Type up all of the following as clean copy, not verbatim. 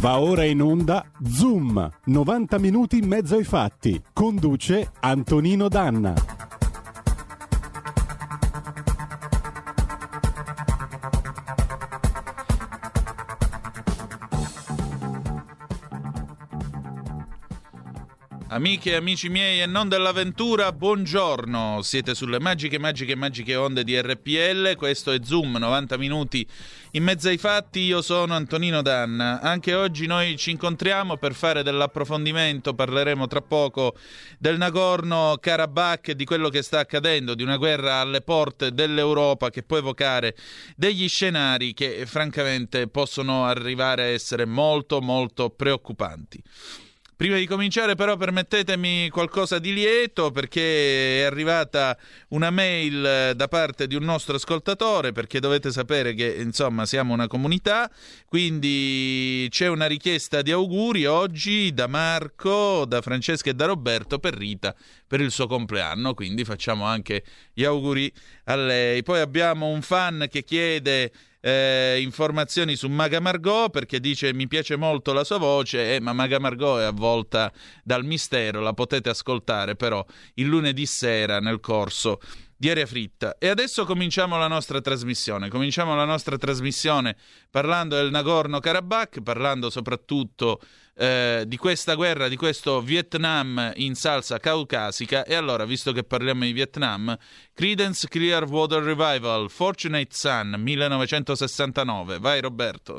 Va ora in onda Zoom, 90 minuti in mezzo ai fatti. Conduce Antonino Danna. Amiche e amici miei e non dell'avventura, buongiorno. Siete sulle magiche onde di RPL. Questo è Zoom, 90 minuti in mezzo ai fatti. Io sono Antonino Danna. Anche oggi noi ci incontriamo per fare dell'approfondimento. Parleremo tra poco del Nagorno-Karabakh e di quello che sta accadendo, di una guerra alle porte dell'Europa che può evocare degli scenari che francamente possono arrivare a essere molto preoccupanti. Prima di cominciare però permettetemi qualcosa di lieto, perché è arrivata una mail da parte di un nostro ascoltatore, perché dovete sapere che insomma siamo una comunità, quindi c'è una richiesta di auguri oggi da Marco, da Francesca e da Roberto per Rita per il suo compleanno, quindi facciamo anche gli auguri a lei. Poi abbiamo un fan che chiede informazioni su Maga Margot, perché dice mi piace molto la sua voce, ma Maga Margot è avvolta dal mistero, la potete ascoltare però il lunedì sera nel corso di Aria Fritta. E adesso cominciamo la nostra trasmissione parlando del Nagorno-Karabakh, parlando soprattutto di questa guerra, di questo Vietnam in salsa caucasica. E allora, visto che parliamo di Vietnam, Creedence Clearwater Revival, Fortunate Son, 1969. Vai Roberto.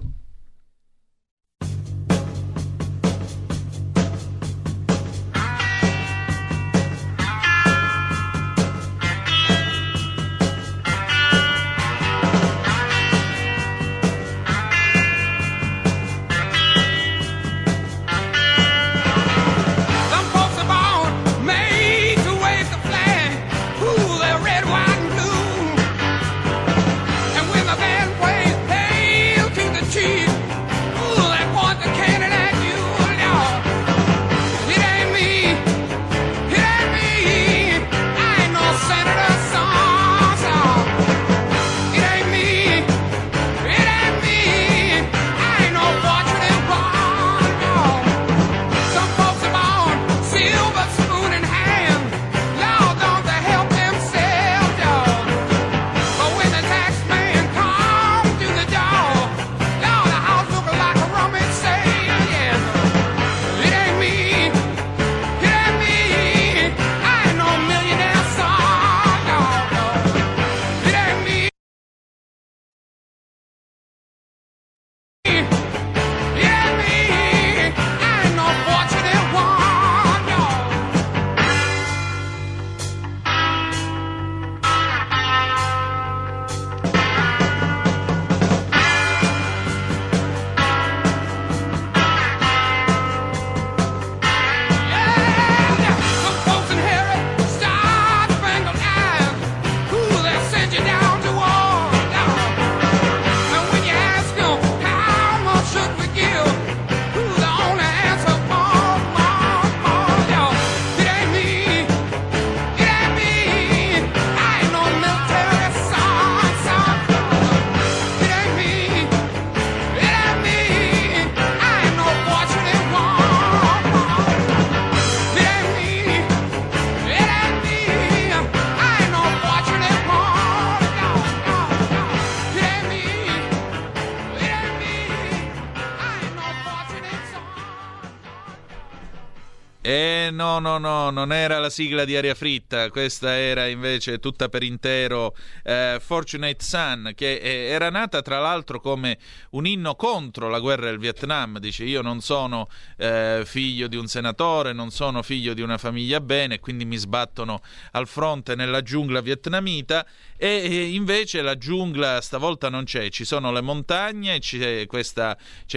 No, non era la sigla di Aria Fritta, questa era invece tutta per intero Fortunate Son, che era nata tra l'altro come un inno contro la guerra del Vietnam. Dice: io non sono figlio di un senatore, non sono figlio di una famiglia bene, quindi mi sbattono al fronte nella giungla vietnamita. E invece la giungla stavolta non c'è, ci sono le montagne, c'è questa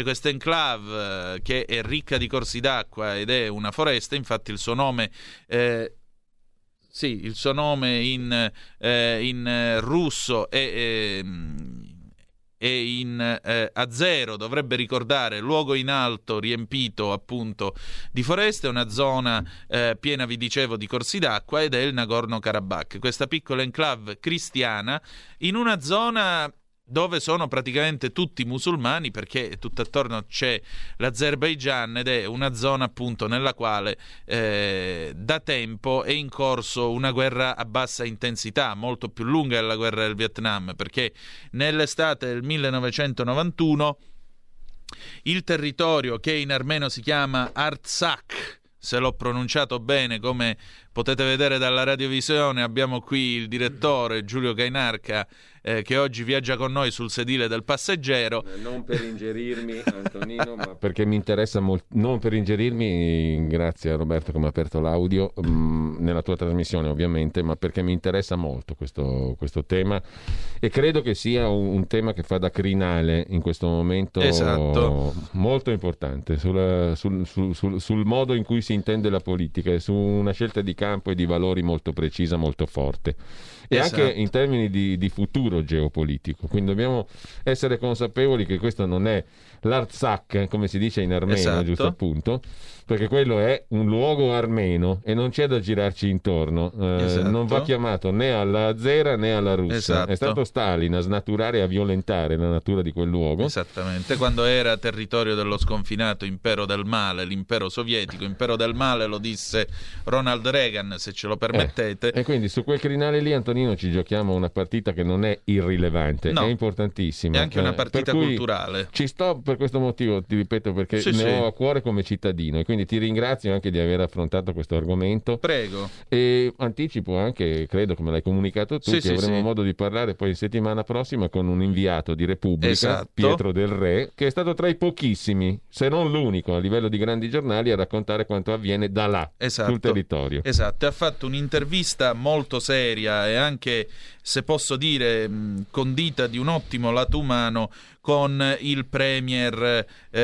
enclave che è ricca di corsi d'acqua ed è una foresta. Infatti il suo nome in russo e in azero dovrebbe ricordare luogo in alto riempito appunto di foreste. È una zona piena, vi dicevo, di corsi d'acqua, ed è il Nagorno-Karabakh, questa piccola enclave cristiana in una zona dove sono praticamente tutti musulmani, perché tutt'attorno c'è l'Azerbaigian ed è una zona appunto nella quale da tempo è in corso una guerra a bassa intensità, molto più lunga della guerra del Vietnam, perché nell'estate del 1991 il territorio, che in armeno si chiama Artsakh, se l'ho pronunciato bene, come potete vedere dalla radiovisione, abbiamo qui il direttore Giulio Cainarca, che oggi viaggia con noi sul sedile del passeggero. Non per ingerirmi, Antonino, ma perché mi interessa molto. Non per ingerirmi, grazie a Roberto che mi ha aperto l'audio nella tua trasmissione, ovviamente, ma perché mi interessa molto questo tema, e credo che sia un tema che fa da crinale in questo momento. Esatto. Molto importante sul modo in cui si intende la politica e su una scelta di campo e di valori molto precisa, molto forte. E esatto, anche in termini di futuro geopolitico, quindi dobbiamo essere consapevoli che questo non è l'Artsakh, come si dice in armeno, esatto, giusto appunto, perché quello è un luogo armeno e non c'è da girarci intorno, esatto, non va chiamato né alla Azera né alla Russia, esatto, è stato Stalin a snaturare e a violentare la natura di quel luogo. Esattamente, quando era territorio dello sconfinato impero del male, l'impero sovietico. Impero del male lo disse Ronald Reagan, se ce lo permettete. E quindi su quel crinale lì, Antonino, ci giochiamo una partita che non è irrilevante, no, è importantissima, è anche una partita culturale. Ci sto per questo motivo, ti ripeto, perché sì, ne ho a cuore come cittadino, e quindi ti ringrazio anche di aver affrontato questo argomento. Prego. E anticipo anche, credo, come l'hai comunicato tu, sì, che avremo modo di parlare poi settimana prossima con un inviato di Repubblica, esatto, Pietro Del Re, che è stato tra i pochissimi, se non l'unico a livello di grandi giornali, a raccontare quanto avviene da là, esatto, sul territorio. Esatto, ha fatto un'intervista molto seria e anche, se posso dire, condita di un ottimo lato umano con il premier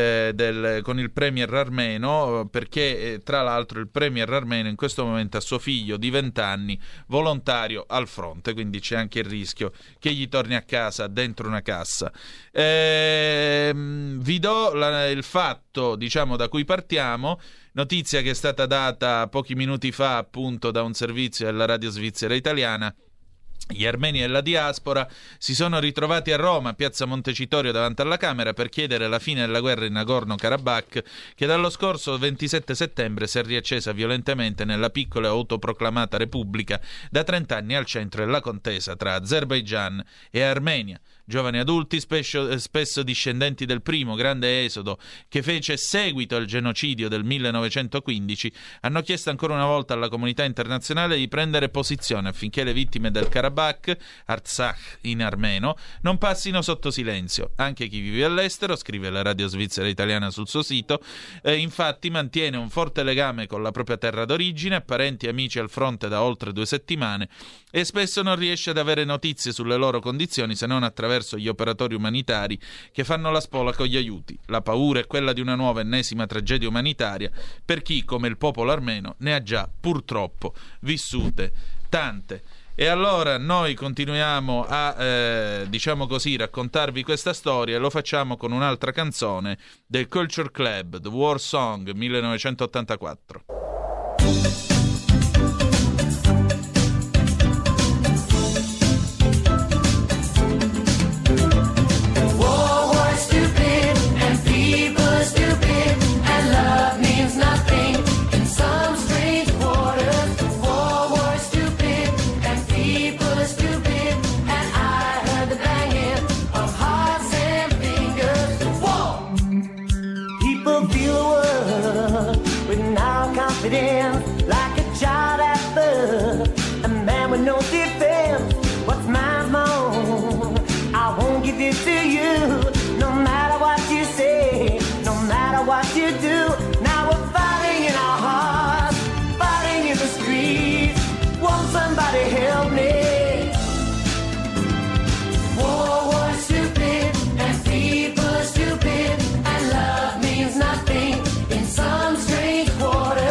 armeno, perché tra l'altro il premier armeno in questo momento ha suo figlio di 20 anni volontario al fronte, quindi c'è anche il rischio che gli torni a casa dentro una cassa. Vi do il fatto, diciamo, da cui partiamo. Notizia che è stata data pochi minuti fa appunto da un servizio della radio svizzera italiana. Gli armeni della diaspora si sono ritrovati a Roma, a piazza Montecitorio, davanti alla Camera, per chiedere la fine della guerra in Nagorno-Karabakh, che dallo scorso 27 settembre si è riaccesa violentemente nella piccola e autoproclamata repubblica da 30 anni al centro della contesa tra Azerbaigian e Armenia. Giovani adulti, spesso discendenti del primo grande esodo che fece seguito al genocidio del 1915, hanno chiesto ancora una volta alla comunità internazionale di prendere posizione affinché le vittime del Karabakh, Artsakh in armeno, non passino sotto silenzio. Anche chi vive all'estero, scrive la radio svizzera italiana sul suo sito, infatti mantiene un forte legame con la propria terra d'origine, parenti e amici al fronte da oltre 2 settimane, e spesso non riesce ad avere notizie sulle loro condizioni se non attraverso gli operatori umanitari che fanno la spola con gli aiuti. La paura è quella di una nuova ennesima tragedia umanitaria per chi, come il popolo armeno, ne ha già purtroppo vissute tante. E allora noi continuiamo a, diciamo così, raccontarvi questa storia, e lo facciamo con un'altra canzone del Culture Club, The War Song 1984. Like a child at birth, a man with no defense. What's mine's my own. I won't give it to you, no matter what you say, no matter what you do. Now we're fighting in our hearts, fighting in the streets. Won't somebody help me? War is stupid, and people are stupid, and love means nothing in some strange quarters.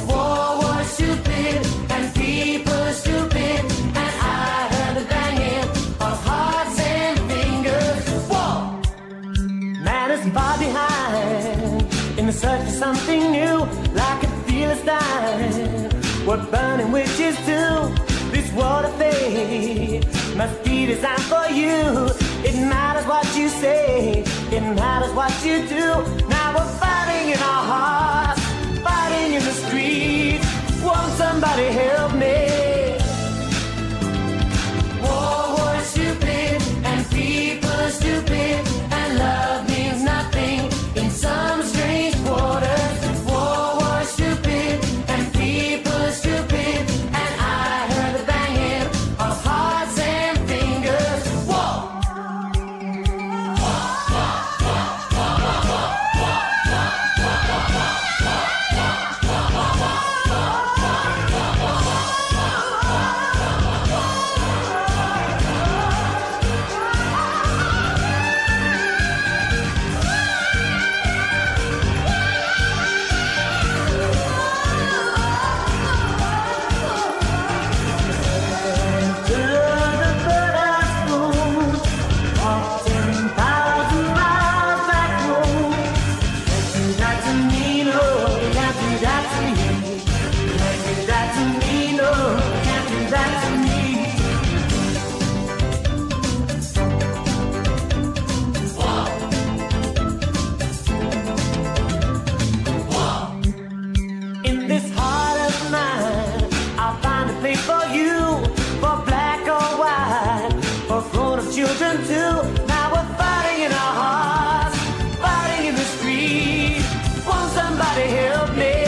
Far behind, in the search for something new, like a Philistine. What burning witches do? This world of fate must be designed for you. It matters what you say, it matters what you do. Now we're fighting in our hearts, fighting in the streets. Won't somebody help me? War is stupid and people are stupid and love means nothing in some strange quarters. War is stupid and people are stupid and I heard the banging of hearts and fingers. War! Children too. Now we're fighting in our hearts, fighting in the street. Won't somebody help me?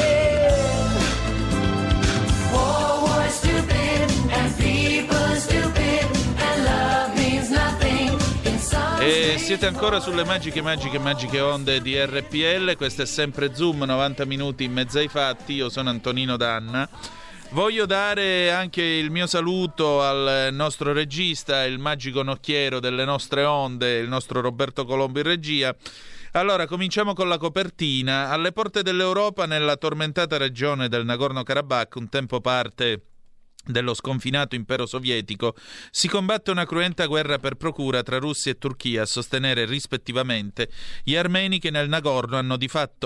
War is stupid and people are stupid and love means nothing in some. E siete ancora sulle magiche onde di RPL. Questo è sempre Zoom, 90 minuti in mezzo ai fatti. Io sono Antonino Danna. Voglio dare anche il mio saluto al nostro regista, il magico nocchiero delle nostre onde, il nostro Roberto Colombo in regia. Allora, cominciamo con la copertina. Alle porte dell'Europa, nella tormentata regione del Nagorno-Karabakh, un tempo parte dello sconfinato impero sovietico, si combatte una cruenta guerra per procura tra Russia e Turchia a sostenere rispettivamente gli armeni che nel Nagorno hanno di fatto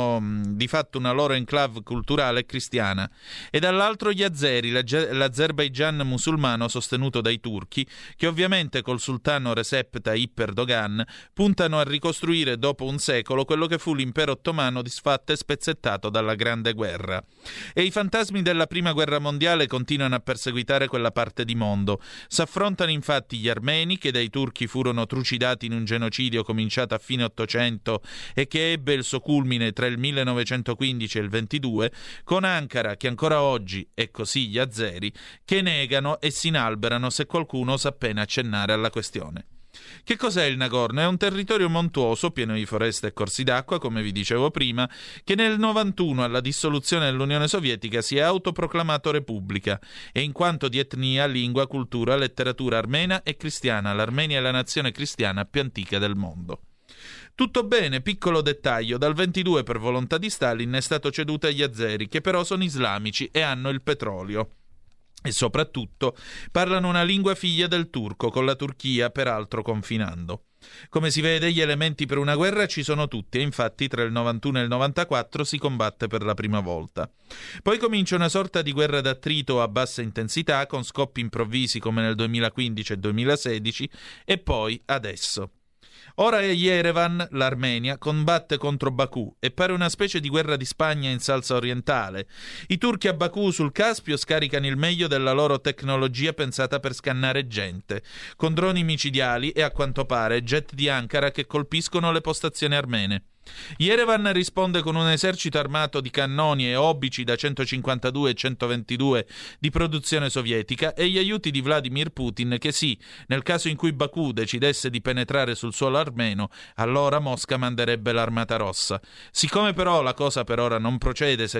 una loro enclave culturale cristiana e dall'altro gli azeri, l'Azerbaigian musulmano sostenuto dai turchi, che ovviamente col sultano Recep Tayyip Erdogan puntano a ricostruire dopo un secolo quello che fu l'impero ottomano disfatto e spezzettato dalla Grande Guerra. E i fantasmi della Prima Guerra Mondiale continuano a perseguitare quella parte di mondo. S'affrontano infatti gli armeni, che dai turchi furono trucidati in un genocidio cominciato a fine Ottocento e che ebbe il suo culmine tra il 1915 e il 22, con Ankara, che ancora oggi, e così gli azeri, che negano e si inalberano se qualcuno osa appena accennare alla questione. Che cos'è il Nagorno? È un territorio montuoso, pieno di foreste e corsi d'acqua, come vi dicevo prima, che nel 91, alla dissoluzione dell'Unione Sovietica, si è autoproclamato repubblica e in quanto di etnia, lingua, cultura, letteratura armena e cristiana, l'Armenia è la nazione cristiana più antica del mondo. Tutto bene, piccolo dettaglio, dal 22 per volontà di Stalin è stato ceduto agli azeri, che però sono islamici e hanno il petrolio. E soprattutto parlano una lingua figlia del turco, con la Turchia peraltro confinando. Come si vede, gli elementi per una guerra ci sono tutti e infatti tra il 91 e il 94 si combatte per la prima volta. Poi comincia una sorta di guerra d'attrito a bassa intensità con scoppi improvvisi come nel 2015 e 2016 e poi adesso. Ora Yerevan, l'Armenia, combatte contro Baku e pare una specie di guerra di Spagna in salsa orientale. I turchi a Baku sul Caspio scaricano il meglio della loro tecnologia pensata per scannare gente, con droni micidiali e a quanto pare jet di Ankara che colpiscono le postazioni armene. Yerevan risponde con un esercito armato di cannoni e obici da 152 e 122 di produzione sovietica e gli aiuti di Vladimir Putin che sì, nel caso in cui Baku decidesse di penetrare sul suolo armeno, allora Mosca manderebbe l'Armata Rossa. Siccome però la cosa per ora non procede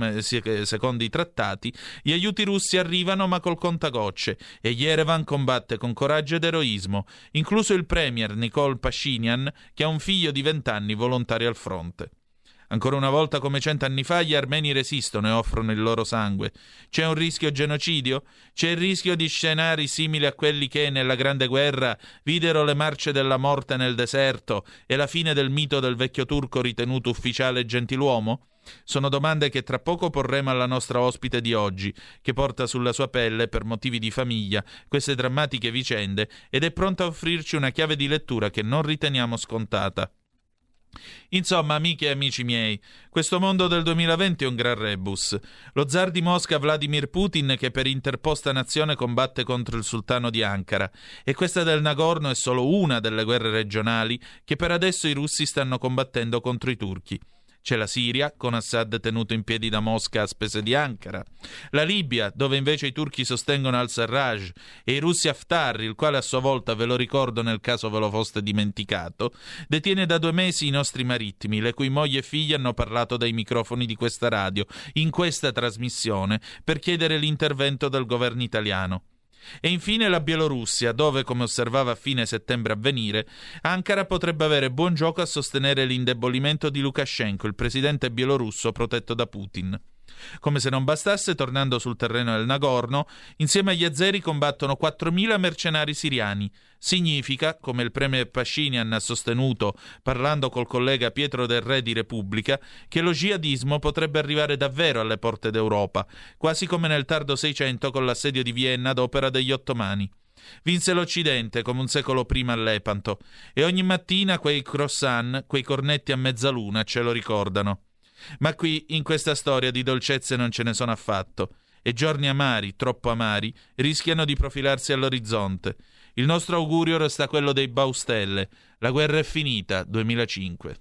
secondo i trattati, gli aiuti russi arrivano ma col contagocce e Yerevan combatte con coraggio ed eroismo, incluso il premier Nikol Pashinyan che ha un figlio di 20 anni volontario al fronte. Ancora una volta, come 100 anni fa, gli armeni resistono e offrono il loro sangue. C'è un rischio genocidio? C'è il rischio di scenari simili a quelli che, nella Grande Guerra, videro le marce della morte nel deserto e la fine del mito del vecchio turco ritenuto ufficiale e gentiluomo? Sono domande che tra poco porremo alla nostra ospite di oggi, che porta sulla sua pelle, per motivi di famiglia, queste drammatiche vicende ed è pronta a offrirci una chiave di lettura che non riteniamo scontata. Insomma, amiche e amici miei, questo mondo del 2020 è un gran rebus. Lo zar di Mosca Vladimir Putin che per interposta nazione combatte contro il sultano di Ankara, e questa del Nagorno è solo una delle guerre regionali che per adesso i russi stanno combattendo contro i turchi. C'è la Siria, con Assad tenuto in piedi da Mosca a spese di Ankara. La Libia, dove invece i turchi sostengono al-Sarraj, e i russi Haftar, il quale a sua volta, ve lo ricordo nel caso ve lo foste dimenticato, detiene da 2 mesi i nostri marittimi, le cui mogli e figli hanno parlato dai microfoni di questa radio, in questa trasmissione, per chiedere l'intervento del governo italiano. E infine la Bielorussia, dove, come osservava a fine settembre Avvenire, Ankara potrebbe avere buon gioco a sostenere l'indebolimento di Lukashenko, il presidente bielorusso protetto da Putin. Come se non bastasse, tornando sul terreno del Nagorno, insieme agli azeri combattono 4.000 mercenari siriani. Significa, come il premier Pashinyan ha sostenuto parlando col collega Pietro Del Re di Repubblica, che lo jihadismo potrebbe arrivare davvero alle porte d'Europa, quasi come nel tardo Seicento con l'assedio di Vienna ad opera degli ottomani. Vinse l'Occidente come un secolo prima a Lepanto, e ogni mattina quei croissant, quei cornetti a mezzaluna ce lo ricordano. Ma qui, in questa storia, di dolcezze non ce ne sono affatto, e giorni amari, troppo amari, rischiano di profilarsi all'orizzonte. Il nostro augurio resta quello dei Baustelle. La guerra è finita, 2005.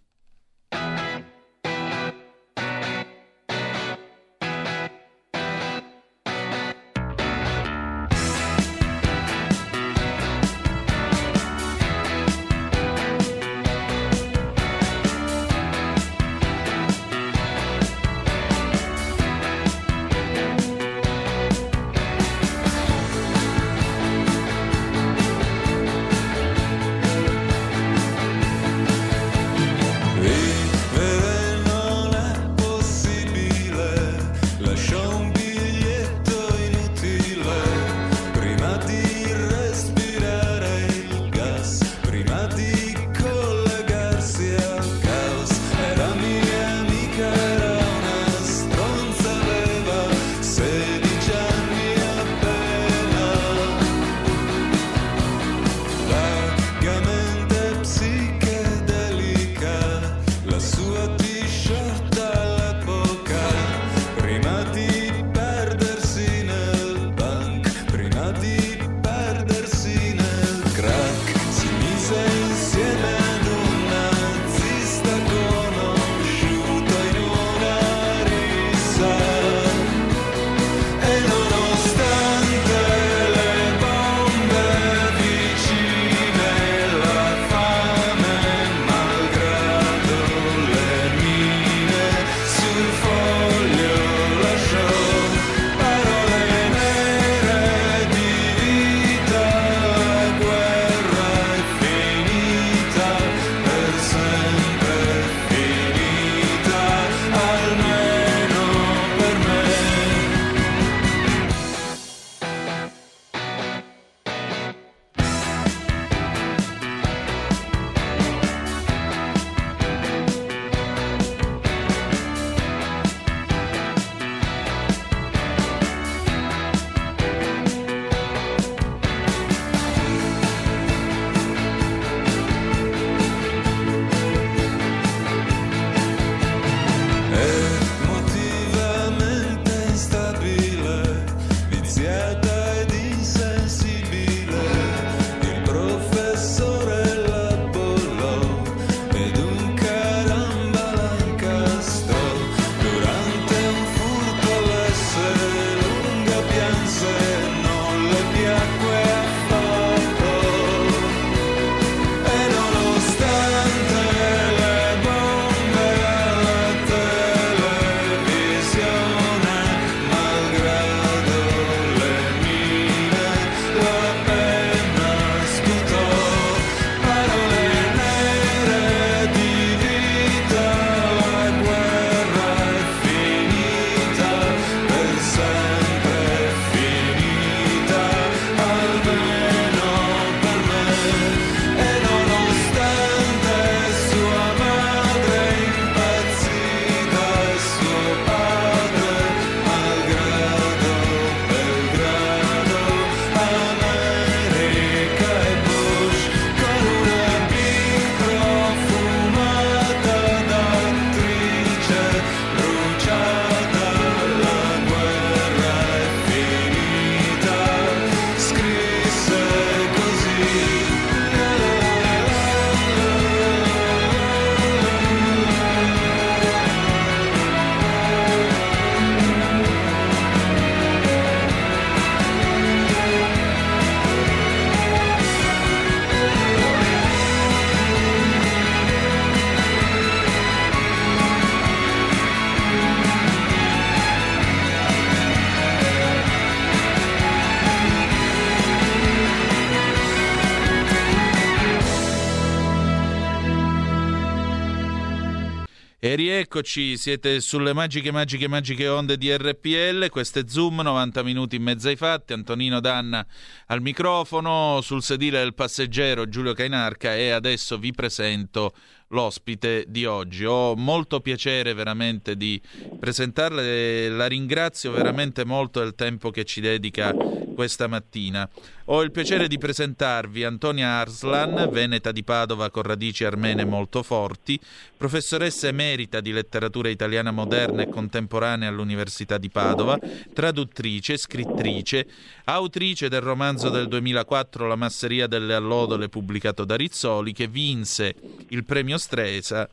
E rieccoci, siete sulle magiche onde di RPL, questo è Zoom, 90 minuti in mezzo ai fatti, Antonino Danna al microfono, sul sedile del passeggero Giulio Cainarca, e adesso vi presento l'ospite di oggi. Ho molto piacere veramente di presentarla e la ringrazio veramente molto del tempo che ci dedica questa mattina. Ho il piacere di presentarvi Antonia Arslan, veneta di Padova con radici armene molto forti, professoressa emerita di letteratura italiana moderna e contemporanea all'Università di Padova, traduttrice, scrittrice, autrice del romanzo del 2004 La masseria delle allodole, pubblicato da Rizzoli, che vinse il premio Strega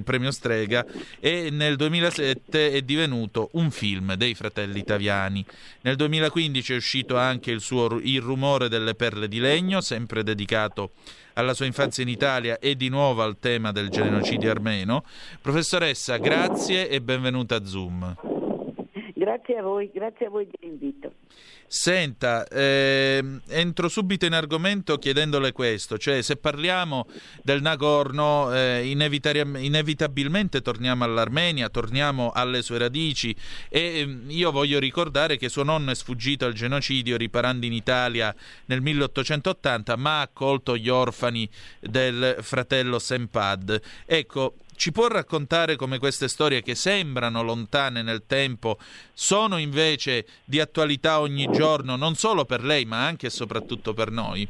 e nel 2007 è divenuto un film dei fratelli Taviani. Nel 2015 è uscito anche Il rumore delle perle di legno, sempre dedicato alla sua infanzia in Italia e di nuovo al tema del genocidio armeno. Professoressa, grazie e benvenuta a Zoom. Grazie a voi dell'invito. Senta, entro subito in argomento chiedendole questo, cioè se parliamo del Nagorno inevitabilmente torniamo all'Armenia, torniamo alle sue radici, e io voglio ricordare che suo nonno è sfuggito al genocidio riparando in Italia nel 1880, ma ha accolto gli orfani del fratello Sempad. Ecco, ci può raccontare come queste storie, che sembrano lontane nel tempo, sono invece di attualità ogni giorno, non solo per lei ma anche e soprattutto per noi?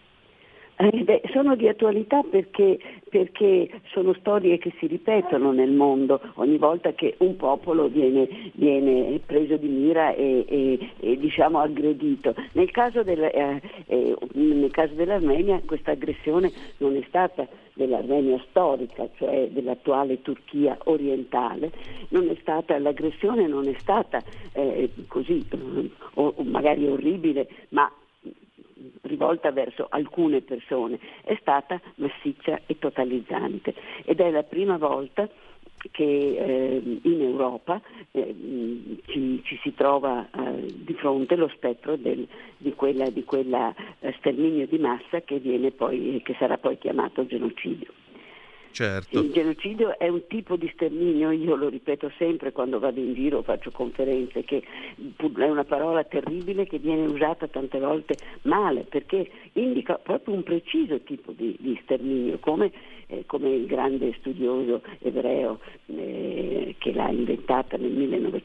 Sono di attualità perché sono storie che si ripetono nel mondo ogni volta che un popolo viene preso di mira e diciamo aggredito. Nel caso dell'Armenia questa aggressione non è stata dell'Armenia storica, cioè dell'attuale Turchia orientale, l'aggressione non è stata così o magari orribile, ma rivolta verso alcune persone, è stata massiccia e totalizzante, ed è la prima volta che in Europa ci si trova di fronte lo spettro di quella sterminio di massa che sarà poi chiamato genocidio. Certo. Il genocidio è un tipo di sterminio, io lo ripeto sempre quando vado in giro, faccio conferenze, che è una parola terribile che viene usata tante volte male, perché indica proprio un preciso tipo di sterminio, come il grande studioso ebreo che l'ha inventata nel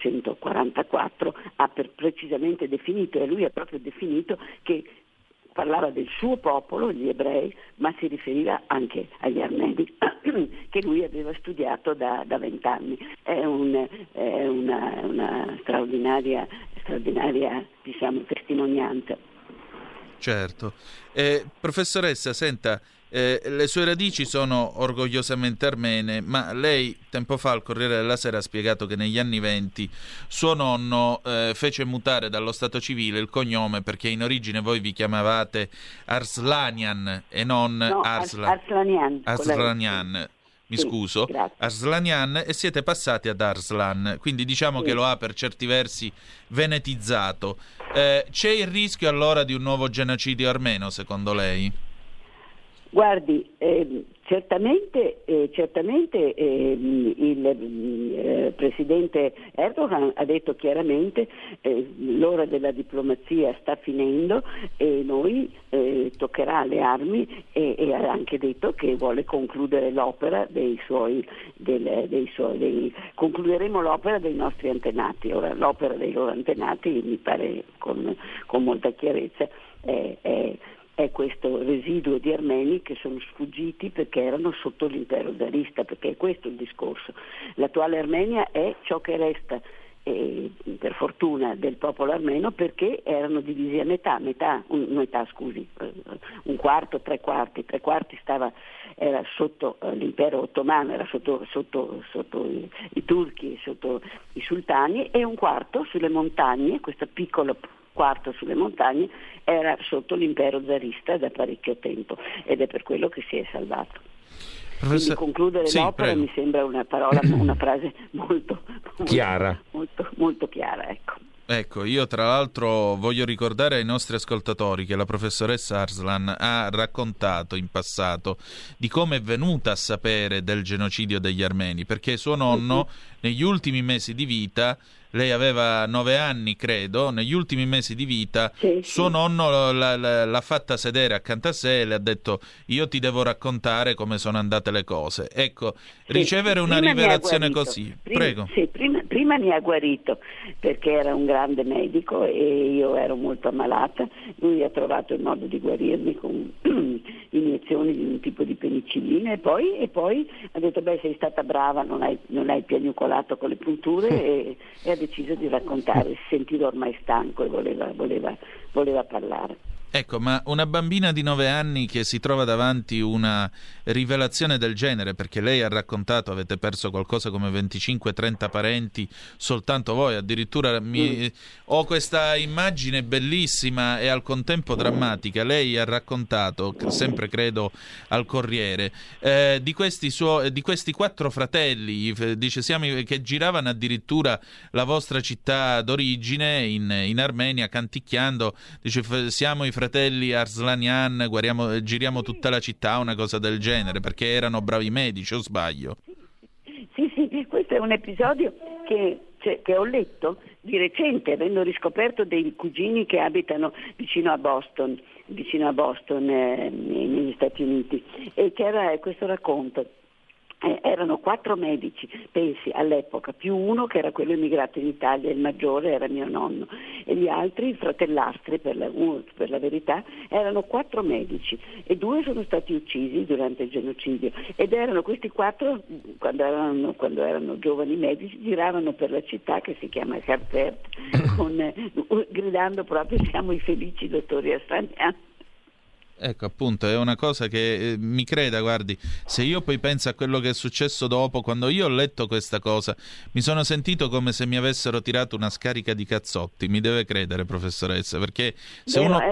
1944 ha precisamente definito, e lui ha proprio definito che parlava del suo popolo, gli ebrei, ma si riferiva anche agli armeni che lui aveva studiato da 20 anni. È una straordinaria diciamo, testimonianza. Certo. Professoressa, senta, le sue radici sono orgogliosamente armene, ma lei tempo fa al Corriere della Sera ha spiegato che negli anni 20 suo nonno fece mutare dallo stato civile il cognome, perché in origine voi vi chiamavate Arslanian e non Arslanian. Mi scuso, grazie. Arslanian, e siete passati ad Arslan, quindi diciamo che lo ha per certi versi venetizzato. C'è il rischio allora di un nuovo genocidio armeno, secondo lei? Guardi, certamente il presidente Erdogan ha detto chiaramente l'ora della diplomazia sta finendo e noi toccherà le armi, e ha anche detto che vuole concludere l'opera concluderemo l'opera dei nostri antenati. Ora, l'opera dei loro antenati mi pare con molta chiarezza è questo residuo di armeni che sono sfuggiti perché erano sotto l'impero zarista, perché è questo il discorso. L'attuale Armenia è ciò che resta, per fortuna, del popolo armeno, perché erano divisi a un quarto, tre quarti era sotto l'impero ottomano, era sotto i turchi, sotto i sultani, e un quarto sulle montagne, questo piccolo quarto sulle montagne, era sotto l'impero zarista da parecchio tempo, ed è per quello che si è salvato. Quindi concludere l'opera mi sembra una frase molto chiara, molto chiara, ecco. Ecco, io tra l'altro voglio ricordare ai nostri ascoltatori che la professoressa Arslan ha raccontato in passato di come è venuta a sapere del genocidio degli armeni, perché suo nonno negli ultimi mesi di vita, lei aveva 9 anni credo, negli ultimi mesi di vita suo nonno l'ha fatta sedere accanto a sé e le ha detto: io ti devo raccontare come sono andate le cose. Ecco, ricevere una rivelazione così, prego. Sì, prima mi ha guarito perché era un grande medico e io ero molto ammalata. Lui ha trovato il modo di guarirmi con iniezioni di un tipo di penicillina e poi ha detto: beh, sei stata brava, non hai piagnucolato con le punture e ha deciso di raccontare. Si sentiva ormai stanco e voleva parlare. Ecco, ma una bambina di 9 anni che si trova davanti una rivelazione del genere, perché lei ha raccontato avete perso qualcosa come 25-30 parenti, soltanto voi, addirittura ho questa immagine bellissima e al contempo drammatica. Lei ha raccontato, sempre credo al Corriere, di questi 4 fratelli, dice che giravano addirittura la vostra città d'origine in Armenia canticchiando, dice siamo i fratelli Arslanian, giriamo tutta la città, una cosa del genere, perché erano bravi medici, o sbaglio? Sì, questo è un episodio che ho letto di recente, avendo riscoperto dei cugini che abitano vicino a Boston negli Stati Uniti, e c'era questo racconto. Erano 4 medici, pensi, all'epoca, più uno che era quello emigrato in Italia, il maggiore era mio nonno, e gli altri, fratellastri per la verità, erano 4 medici e 2 sono stati uccisi durante il genocidio, ed erano questi 4, quando erano giovani medici, giravano per la città che si chiama Harvard, gridando proprio: siamo i felici dottori Astranian. Ecco, appunto, è una cosa che mi creda, guardi, se io poi penso a quello che è successo dopo, quando io ho letto questa cosa, mi sono sentito come se mi avessero tirato una scarica di cazzotti, mi deve credere, professoressa, perché se uno...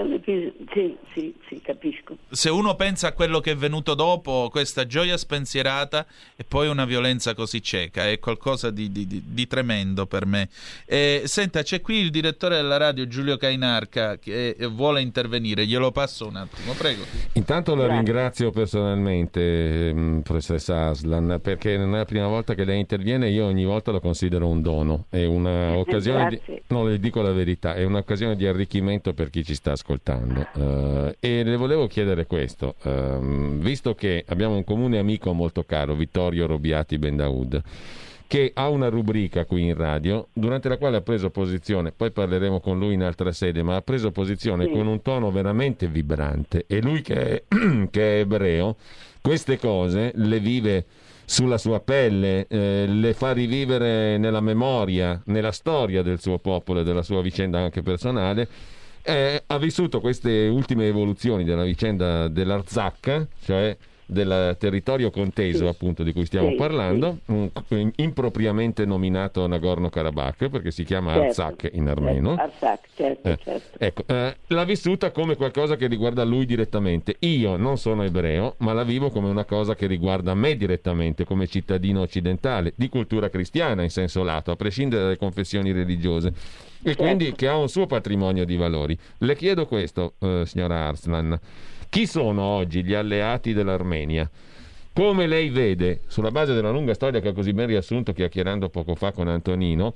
Sì, capisco. Se uno pensa a quello che è venuto dopo, questa gioia spensierata e poi una violenza così cieca, è qualcosa di tremendo per me. Senta, c'è qui il direttore della radio, Giulio Cainarca, che vuole intervenire, glielo passo un attimo. Prego. Intanto la ringrazio personalmente, professoressa Arslan, perché non è la prima volta che lei interviene. Io ogni volta lo considero un dono, è un'occasione non le dico la verità, è un'occasione di arricchimento per chi ci sta ascoltando, e le volevo chiedere questo, visto che abbiamo un comune amico molto caro, Vittorio Robiati Bendaud, che ha una rubrica qui in radio durante la quale ha preso posizione, poi parleremo con lui in altra sede, ma ha preso posizione con un tono veramente vibrante, e lui che è ebreo queste cose le vive sulla sua pelle, le fa rivivere nella memoria, nella storia del suo popolo e della sua vicenda anche personale. Ha vissuto queste ultime evoluzioni della vicenda dell'Artsakh, cioè del territorio conteso appunto di cui stiamo parlando, impropriamente nominato Nagorno-Karabakh perché si chiama Artsakh in armeno. Certo. Ecco, l'ha vissuta come qualcosa che riguarda lui direttamente. Io non sono ebreo, ma la vivo come una cosa che riguarda me direttamente, come cittadino occidentale, di cultura cristiana in senso lato, a prescindere dalle confessioni religiose, e quindi che ha un suo patrimonio di valori. Le chiedo questo, signora Arslan: chi sono oggi gli alleati dell'Armenia? Come lei vede, sulla base della lunga storia che ha così ben riassunto chiacchierando poco fa con Antonino,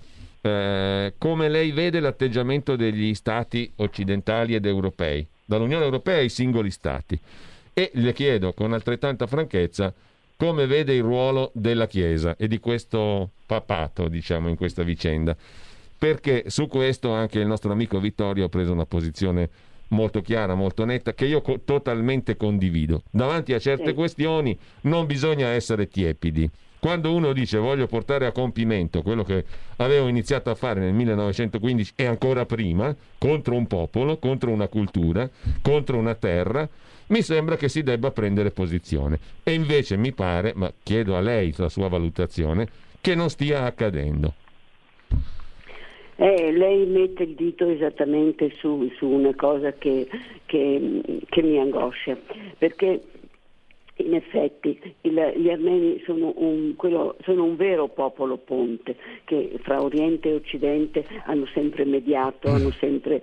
come lei vede l'atteggiamento degli stati occidentali ed europei, dall'Unione Europea ai singoli stati? E le chiedo con altrettanta franchezza come vede il ruolo della Chiesa e di questo papato, diciamo, in questa vicenda, perché su questo anche il nostro amico Vittorio ha preso una posizione molto chiara, molto netta, che io totalmente condivido. Davanti a certe questioni non bisogna essere tiepidi. Quando uno dice voglio portare a compimento quello che avevo iniziato a fare nel 1915 e ancora prima, contro un popolo, contro una cultura, contro una terra, mi sembra che si debba prendere posizione. E invece mi pare, ma chiedo a lei la sua valutazione, che non stia accadendo. Lei mette il dito esattamente su una cosa che mi angoscia, perché In effetti gli armeni sono un vero popolo ponte che fra Oriente e Occidente hanno sempre mediato, hanno sempre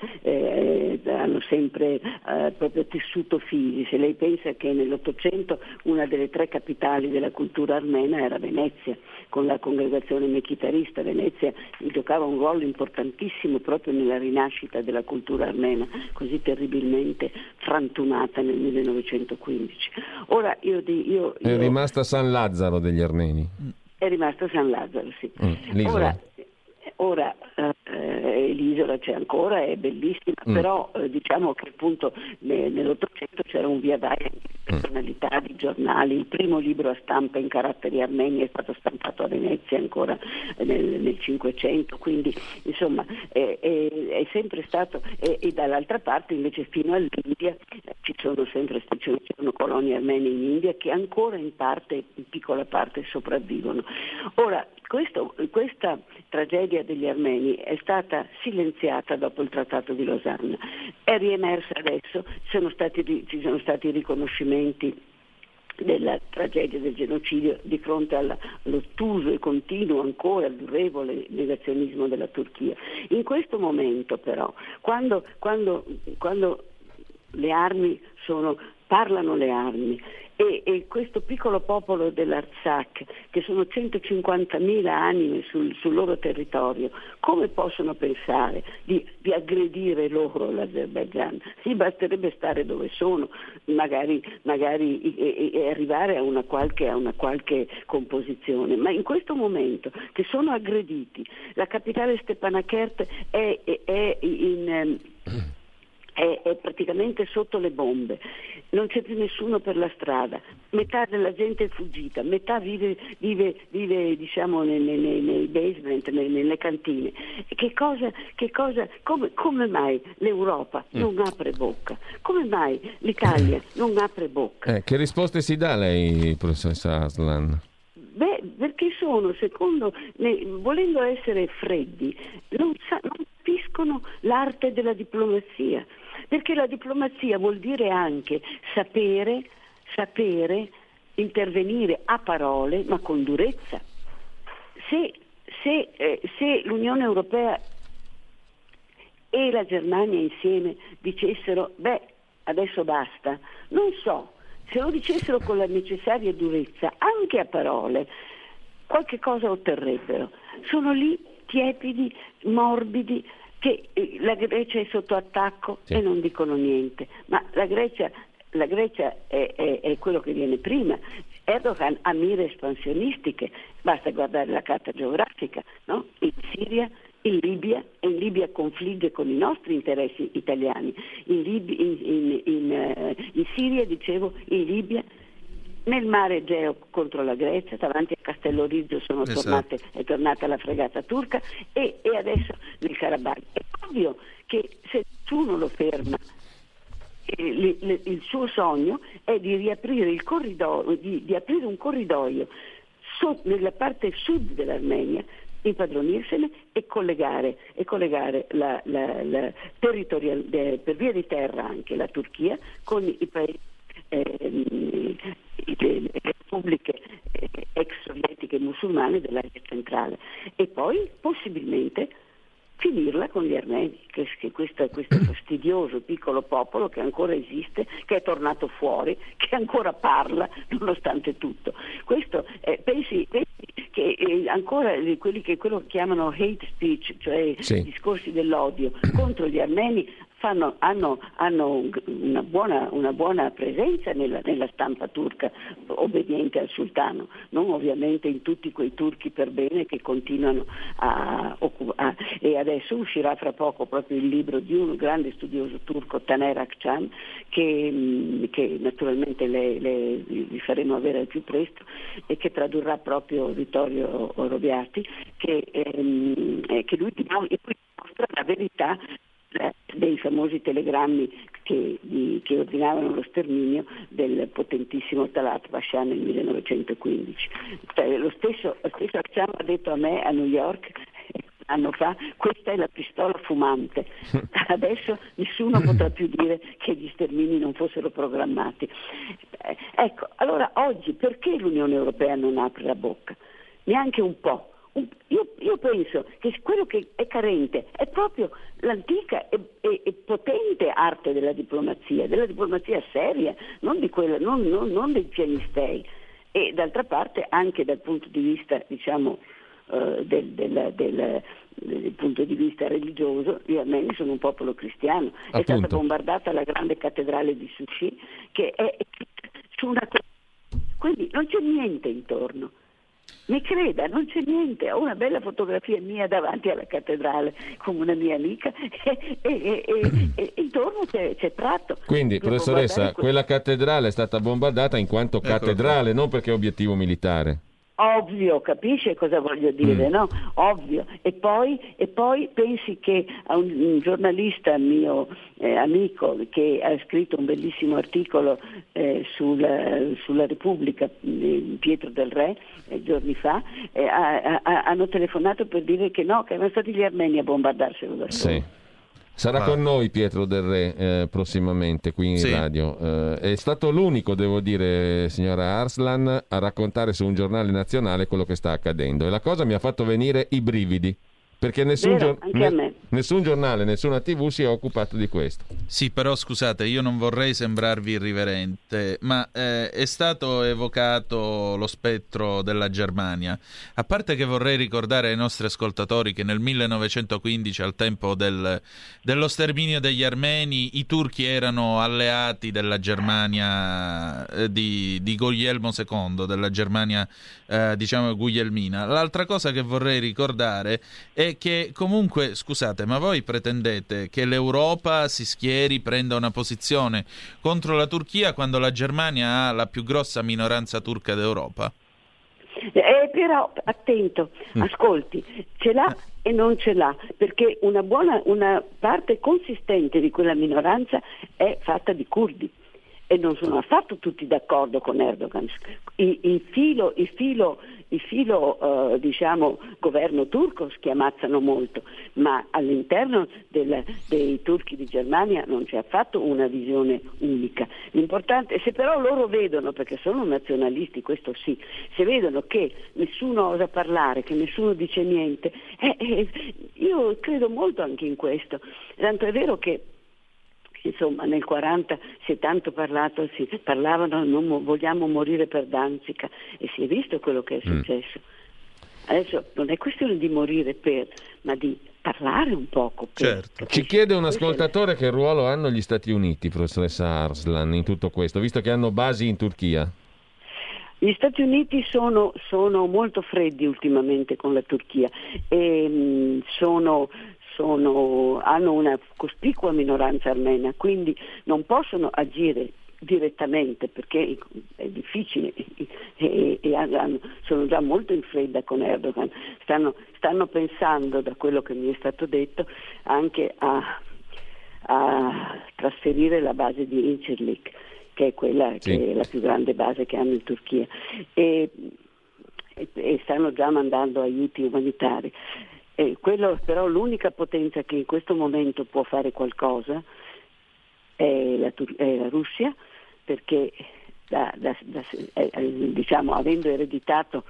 proprio tessuto fili. Se lei pensa che nell'Ottocento una delle 3 capitali della cultura armena era Venezia, con la congregazione mechitarista. Venezia giocava un ruolo importantissimo proprio nella rinascita della cultura armena, così terribilmente frantumata nel 1915. Ora è rimasta San Lazzaro degli armeni. È rimasta San Lazzaro, sì. L'isola. Ora l'isola c'è ancora, è bellissima, però diciamo che appunto nell'Ottocento c'era un via vai di personalità, di giornali. Il primo libro a stampa in caratteri armeni è stato stampato a Venezia ancora nel 500, quindi insomma è sempre stato, e dall'altra parte invece fino all'India ci sono colonie armene in India che ancora in piccola parte sopravvivono. Ora questa tragedia degli armeni è stata silenziata dopo il Trattato di Losanna, è riemersa adesso, ci sono stati riconoscimenti della tragedia del genocidio di fronte all'ottuso e continuo, ancora durevole negazionismo della Turchia. In questo momento però, quando le armi parlano le armi, e questo piccolo popolo dell'Artsakh, che sono 150.000 anime sul loro territorio, come possono pensare di aggredire loro l'Azerbaigian? Sì, basterebbe stare dove sono, magari e arrivare a una qualche composizione, ma in questo momento che sono aggrediti, la capitale Stepanakert è praticamente sotto le bombe, non c'è più nessuno per la strada, metà della gente è fuggita, metà vive diciamo nei basement, nelle cantine. Come mai l'Europa non apre bocca? Come mai l'Italia non apre bocca? Che risposte si dà lei, professoressa Aslan? Perché volendo essere freddi, non capiscono l'arte della diplomazia, perché la diplomazia vuol dire anche sapere intervenire a parole, ma con durezza. Se l'Unione Europea e la Germania insieme dicessero adesso basta, non so, se lo dicessero con la necessaria durezza, anche a parole, qualche cosa otterrebbero. Sono lì tiepidi, morbidi, che la Grecia è sotto attacco e non dicono niente. Ma la Grecia è quello che viene prima. Erdogan ha mire espansionistiche, basta guardare la carta geografica, no? In Siria, in Libia confligge con i nostri interessi italiani, in Siria, dicevo, in Libia, nel mare Egeo contro la Grecia, davanti a Castello Riggio è tornata la fregata turca, e adesso nel Karabakh. È ovvio che se nessuno lo ferma, il suo sogno è di riaprire il corridoio, di aprire un corridoio nella parte sud dell'Armenia, impadronirsene e collegare la per via di terra anche la Turchia con i paesi, le repubbliche ex sovietiche musulmane dell'Asia centrale, e poi possibilmente finirla con gli armeni, che questo fastidioso piccolo popolo che ancora esiste, che è tornato fuori, che ancora parla nonostante tutto. Questo pensi che ancora quello che chiamano hate speech, cioè discorsi dell'odio contro gli armeni, hanno una buona presenza nella stampa turca obbediente al sultano, non ovviamente in tutti quei turchi per bene che continuano e adesso uscirà fra poco proprio il libro di un grande studioso turco, Taner Akçam, che naturalmente vi faremo avere al più presto, e che tradurrà proprio Vittorio Orobiati, che lui mostra la verità dei famosi telegrammi che ordinavano lo sterminio del potentissimo Talat Pasha nel 1915. Lo stesso Akçam ha detto a me a New York un anno fa: questa è la pistola fumante. Adesso nessuno potrà più dire che gli stermini non fossero programmati. Ecco, allora oggi perché l'Unione Europea non apre la bocca? Neanche un po'. Io penso che quello che è carente è proprio l'antica e potente arte della diplomazia seria, non di quella, non dei pianistei. E d'altra parte anche dal punto di vista, diciamo, del punto di vista religioso, gli armeni sono un popolo cristiano. Appunto. È stata bombardata la grande cattedrale di Sushi, che è su una, quindi non c'è niente intorno. Mi creda, non c'è niente. Ho una bella fotografia mia davanti alla cattedrale con una mia amica e intorno c'è prato. Quindi, professoressa, quella cattedrale è stata bombardata in quanto cattedrale, non perché obiettivo militare. Ovvio, capisce cosa voglio dire, no? Ovvio. E poi pensi che a un giornalista mio amico che ha scritto un bellissimo articolo sulla Repubblica, Pietro del Re, giorni fa, hanno telefonato per dire che no, che erano stati gli armeni a bombardarselo da soli. Sì. Sarà con noi Pietro del Re prossimamente qui in radio. È stato l'unico, devo dire, signora Arslan, a raccontare su un giornale nazionale quello che sta accadendo. E la cosa mi ha fatto venire i brividi, perché nessun giornale, nessuna TV si è occupato di questo. Sì, però scusate, io non vorrei sembrarvi irriverente, ma è stato evocato lo spettro della Germania. A parte che vorrei ricordare ai nostri ascoltatori che nel 1915, al tempo dello sterminio degli armeni, i turchi erano alleati della Germania di Guglielmo II, della Germania diciamo guglielmina. L'altra cosa che vorrei ricordare è che comunque, scusate, ma voi pretendete che l'Europa si schieri, prenda una posizione contro la Turchia quando la Germania ha la più grossa minoranza turca d'Europa? Però attento, ascolti, ce l'ha e non ce l'ha, perché una parte consistente di quella minoranza è fatta di curdi e non sono affatto tutti d'accordo con Erdogan. Il filo diciamo governo turco schiamazzano molto, ma all'interno dei turchi di Germania non c'è affatto una visione unica. L'importante, se però loro vedono, perché sono nazionalisti, questo sì, se vedono che nessuno osa parlare, che nessuno dice niente, io credo molto anche in questo. Tanto è vero che insomma nel 40 si è tanto parlavano non vogliamo morire per Danzica, e si è visto quello che è successo. Adesso non è questione di morire ma di parlare un poco. Certo. Ci chiede un ascoltatore che ruolo hanno gli Stati Uniti, professoressa Arslan, in tutto questo, visto che hanno basi in Turchia. Gli Stati Uniti sono molto freddi ultimamente con la Turchia e hanno una cospicua minoranza armena, quindi non possono agire direttamente perché è difficile e sono già molto in fredda con Erdogan. Stanno pensando, da quello che mi è stato detto, anche a trasferire la base di Incirlik, che è quella che è la più grande base che hanno in Turchia, e stanno già mandando aiuti umanitari. Quello però, l'unica potenza che in questo momento può fare qualcosa è la Russia, perché diciamo avendo ereditato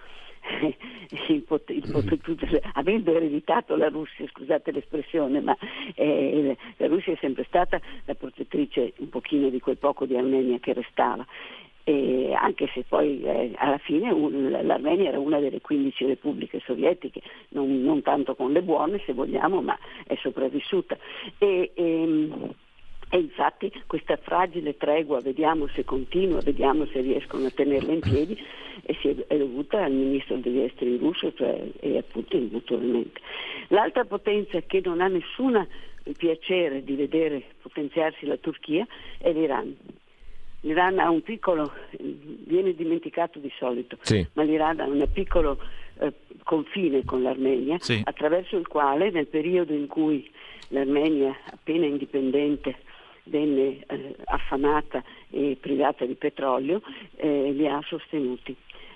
la Russia, scusate l'espressione, ma la Russia è sempre stata la protettrice un pochino di quel poco di Armenia che restava. Anche se poi alla fine l'Armenia era una delle 15 repubbliche sovietiche, non tanto con le buone se vogliamo, ma è sopravvissuta. E infatti questa fragile tregua, vediamo se continua, vediamo se riescono a tenerla in piedi, è dovuta al ministro degli esteri russo, e a Putin naturalmente. L'altra potenza che non ha nessun piacere di vedere potenziarsi la Turchia è l'Iran. L'Iran ha un piccolo, viene dimenticato di solito, ma l'Iran ha un piccolo confine con l'Armenia, attraverso il quale nel periodo in cui l'Armenia, appena indipendente, venne affamata e privata di petrolio, li ha sostenuti.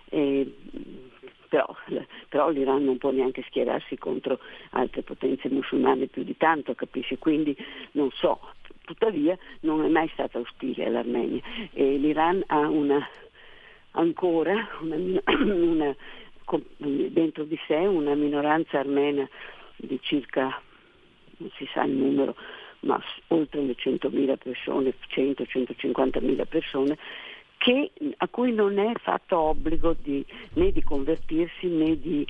Però l'Iran non può neanche schierarsi contro altre potenze musulmane più di tanto, capisci? Quindi non so, tuttavia non è mai stata ostile all'Armenia, e l'Iran ha ancora dentro di sé una minoranza armena di circa, non si sa il numero, ma oltre le 100.000 persone, 100-150.000 persone, a cui non è fatto obbligo né di convertirsi né di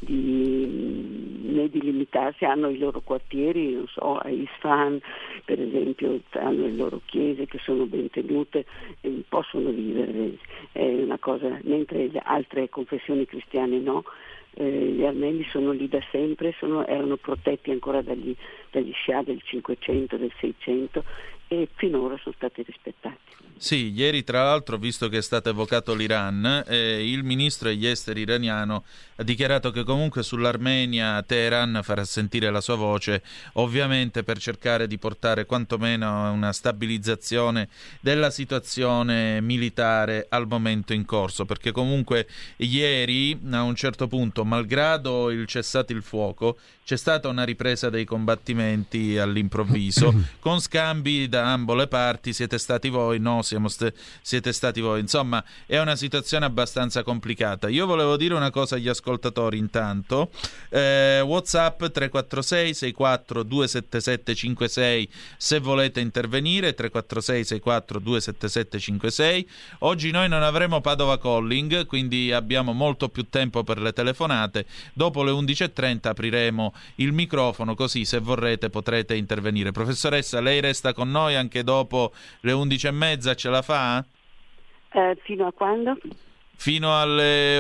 limitarsi. Hanno i loro quartieri, non so, a Isfahan per esempio, hanno le loro chiese che sono ben tenute e possono vivere, è una cosa, mentre le altre confessioni cristiane no. Gli armeni sono lì da sempre, erano protetti ancora dagli scià del 500, del 600 e finora sono stati rispettati. Sì, ieri tra l'altro, visto che è stato evocato l'Iran, il ministro degli esteri iraniano ha dichiarato che comunque sull'Armenia Teheran farà sentire la sua voce, ovviamente per cercare di portare quantomeno una stabilizzazione della situazione militare al momento in corso, perché comunque ieri a un certo punto, malgrado il cessato il fuoco, c'è stata una ripresa dei combattimenti all'improvviso, con scambi da ambo le parti, siete stati voi, no, siete stati voi, insomma è una situazione abbastanza complicata. Io volevo dire una cosa agli ascoltatori intanto, WhatsApp 346 64 277 56 se volete intervenire, 346 64 277 56. Oggi noi non avremo Padova Calling, quindi abbiamo molto più tempo per le telefonate. Dopo le 11.30 apriremo il microfono, così se vorrete potrete intervenire. Professoressa, lei resta con noi anche dopo le 11.30, ce la fa? Fino a quando? Fino alle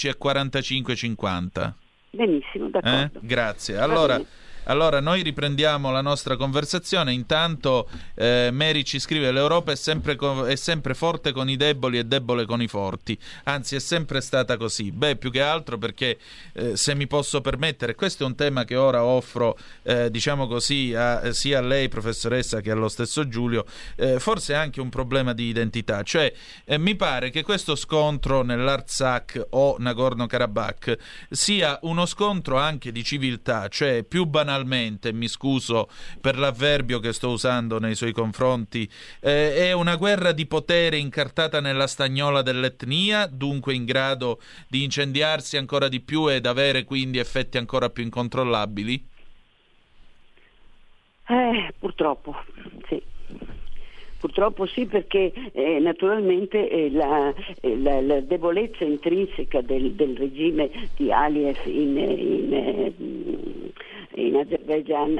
11.45-50. Benissimo, d'accordo. Grazie. Allora noi riprendiamo la nostra conversazione. Intanto Mary ci scrive: l'Europa è sempre forte con i deboli e debole con i forti, anzi è sempre stata così. Più che altro perché se mi posso permettere, questo è un tema che ora offro diciamo così sia a lei professoressa che allo stesso Giulio, forse è anche un problema di identità, cioè mi pare che questo scontro nell'Artsakh o Nagorno-Karabakh sia uno scontro anche di civiltà, cioè più banalmente, mi scuso per l'avverbio che sto usando nei suoi confronti, è una guerra di potere incartata nella stagnola dell'etnia, dunque in grado di incendiarsi ancora di più ed avere quindi effetti ancora più incontrollabili? Purtroppo sì. Purtroppo sì, perché naturalmente la debolezza intrinseca del regime di Aliyev in Azerbaigian,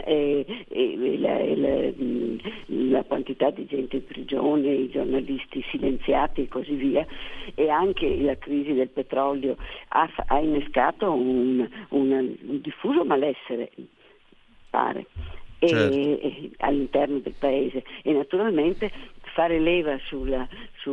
la quantità di gente in prigione, i giornalisti silenziati e così via, e anche la crisi del petrolio ha innescato un diffuso malessere, pare. All'interno del paese, e naturalmente fare leva sul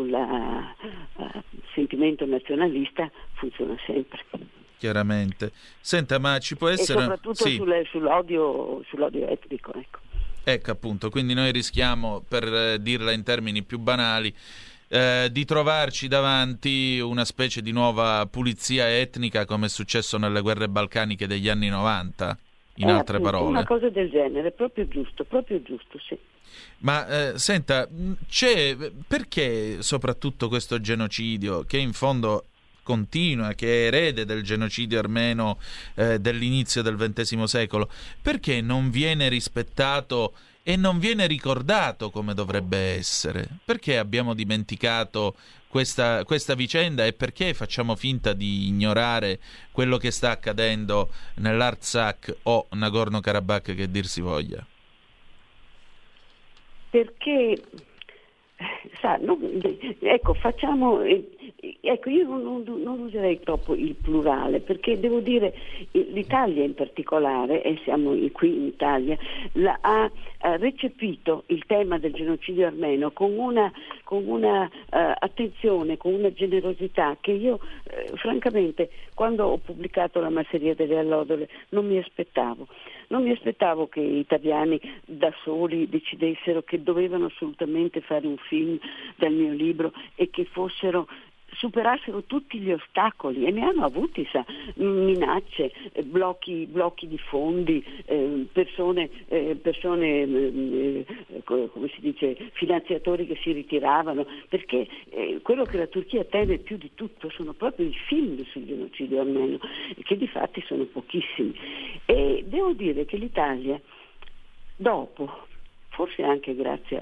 sentimento nazionalista funziona sempre. Chiaramente. Senta, ma ci può essere... E soprattutto sì, sull'odio etnico, ecco. Ecco, appunto, quindi noi rischiamo, per dirla in termini più banali, di trovarci davanti una specie di nuova pulizia etnica, come è successo nelle guerre balcaniche degli anni 90? In altre appunto, parole, una cosa del genere, proprio giusto, sì. Ma senta, perché soprattutto questo genocidio, che in fondo continua, che è erede del genocidio armeno dell'inizio del XX secolo, perché non viene rispettato e non viene ricordato come dovrebbe essere? Perché abbiamo dimenticato questa vicenda e perché facciamo finta di ignorare quello che sta accadendo nell'Artsakh o Nagorno-Karabakh, che dir si voglia? Perché io non userei troppo il plurale, perché devo dire l'Italia in particolare, e siamo qui in Italia, ha recepito il tema del genocidio armeno con una attenzione, con una generosità che io francamente, quando ho pubblicato La masseria delle allodole, non mi aspettavo che gli italiani da soli decidessero che dovevano assolutamente fare un film dal mio libro e che fossero superassero tutti gli ostacoli, e ne hanno avuti, minacce, blocchi di fondi, persone come si dice, finanziatori che si ritiravano, perché quello che la Turchia teme più di tutto sono proprio i film sul genocidio armeno, che di fatti sono pochissimi. E devo dire che l'Italia, dopo, forse anche grazie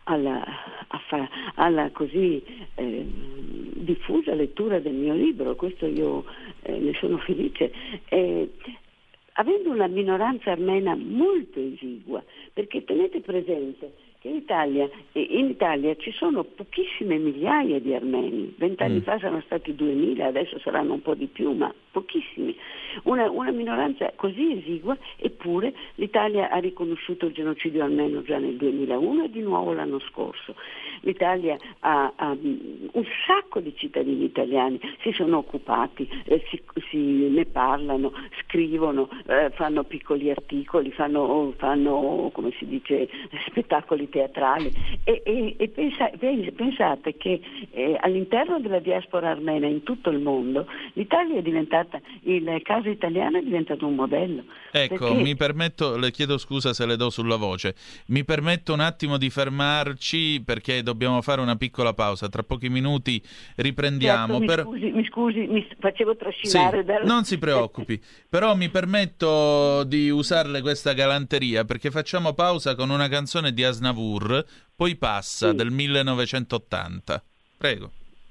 alla così diffusa lettura del mio libro, questo io ne sono felice, avendo una minoranza armena molto esigua, perché tenete presente che in Italia ci sono pochissime migliaia di armeni, 20 anni fa sono stati 2000, adesso saranno un po' di più, ma pochissimi, una minoranza così esigua, eppure l'Italia ha riconosciuto il genocidio armeno già nel 2001 e di nuovo l'anno scorso. L'Italia ha un sacco di cittadini italiani, si sono occupati, ne parlano, scrivono, fanno piccoli articoli, fanno come si dice, spettacoli teatrali e pensate che all'interno della diaspora armena in tutto il mondo l'Italia è diventata, il caso italiano è diventato un modello. Ecco, perché... mi permetto, le chiedo scusa se le do sulla voce, mi permetto un attimo di fermarci perché dobbiamo fare una piccola pausa, tra pochi minuti riprendiamo. Certo, mi scusi, mi facevo trascinare sì, non si preoccupi, però mi permetto di usarle questa galanteria perché facciamo pausa con una canzone di Aznavour, Poi passa, del 1980. Prego.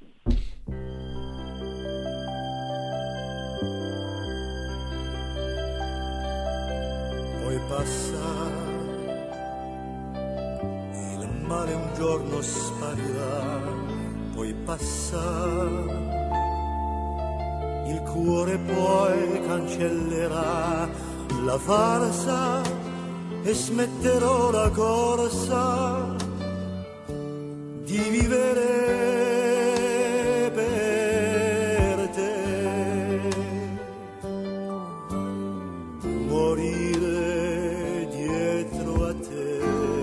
Poi passa, il male un giorno sparirà, poi passa, il cuore poi cancellerà la farsa e smetterò la corsa di vivere per te, morire dietro a te.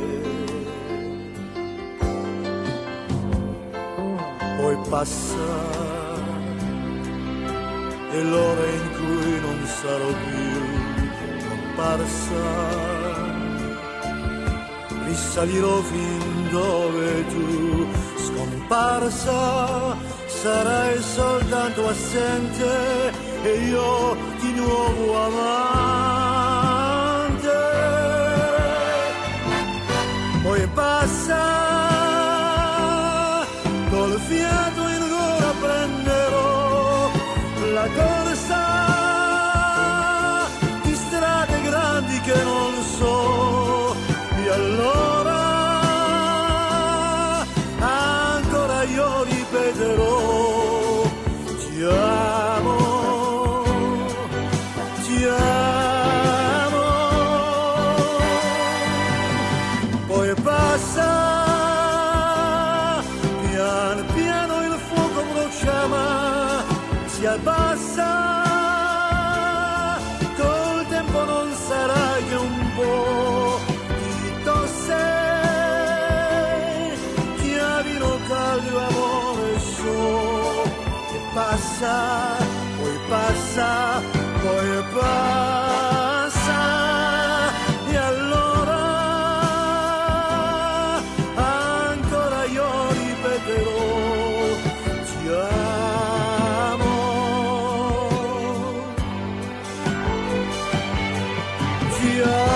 Poi passa e l'ora in cui non sarò più comparsa, risalirò fin dove tu scomparsa sarai soltanto assente e io di nuovo amante. Poi passa, col fiato in gola prenderò la corsa di strade grandi che non so, e allora ancora io ripeterò: ti amo, ti amo. Poi passa, pian piano il fuoco brucia ma si abbassa, col tempo non sarà che un po' di tosse, chiavino caldo amore so, che passa, poi passa, poi passa, e allora ancora io ripeterò: ti amo, ti amo.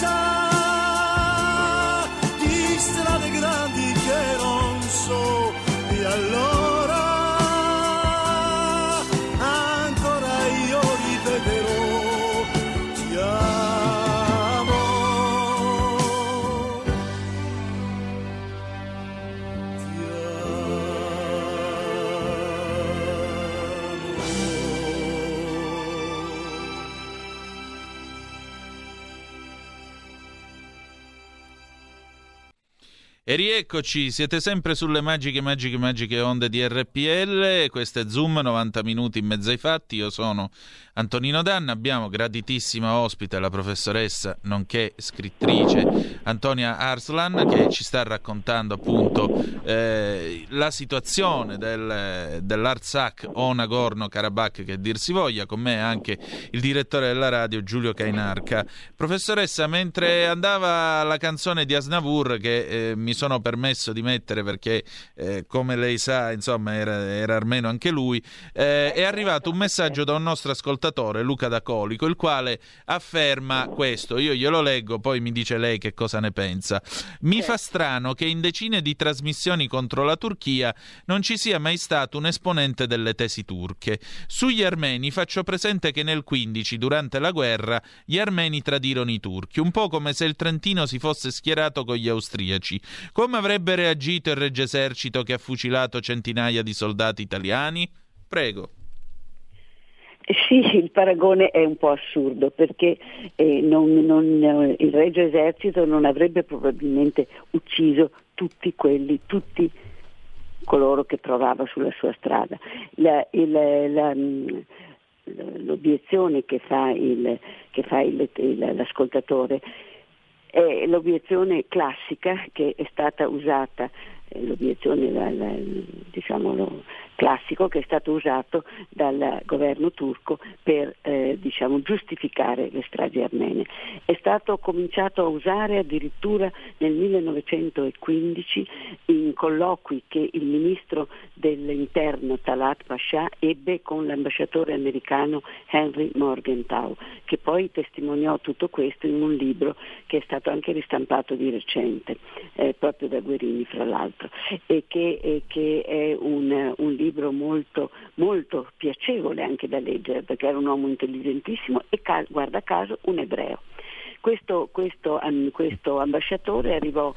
sa di strade grandi che non so, e allora ancora io ripeterò ti amo, ti E rieccoci, siete sempre sulle magiche onde di RPL, questo è Zoom, 90 minuti in mezzo ai fatti. Io sono Antonino Danna, abbiamo graditissima ospite la professoressa nonché scrittrice Antonia Arslan, che ci sta raccontando appunto la situazione dell'Artsakh o Nagorno-Karabakh, che dir si voglia. Con me anche il direttore della radio Giulio Cainarca. Professoressa, mentre andava la canzone di Aznavour, che mi sono permesso di mettere perché come lei sa, insomma, era armeno anche lui, è arrivato un messaggio da un nostro ascoltatore, Luca da Colico, il quale afferma questo. Io glielo leggo, poi mi dice lei che cosa ne pensa. Mi fa strano che in decine di trasmissioni contro la Turchia non ci sia mai stato un esponente delle tesi turche. Sugli armeni faccio presente che nel 15, durante la guerra, gli armeni tradirono i turchi, un po' come se il Trentino si fosse schierato con gli austriaci. Come avrebbe reagito il Regio Esercito che ha fucilato centinaia di soldati italiani? Prego. Sì, il paragone è un po' assurdo, perché il Regio Esercito non avrebbe probabilmente ucciso tutti coloro che trovava sulla sua strada. L'obiezione che fa l'ascoltatore è l'obiezione classica che è stata usata, diciamolo classico, che è stato usato dal governo turco per giustificare le stragi armene. È stato cominciato a usare addirittura nel 1915 in colloqui che il ministro dell'interno Talat Pasha ebbe con l'ambasciatore americano Henry Morgenthau, che poi testimoniò tutto questo in un libro che è stato anche ristampato di recente, proprio da Guerini fra l'altro, e che è un libro molto, molto piacevole anche da leggere, perché era un uomo intelligentissimo e guarda caso un ebreo. Questo ambasciatore arrivò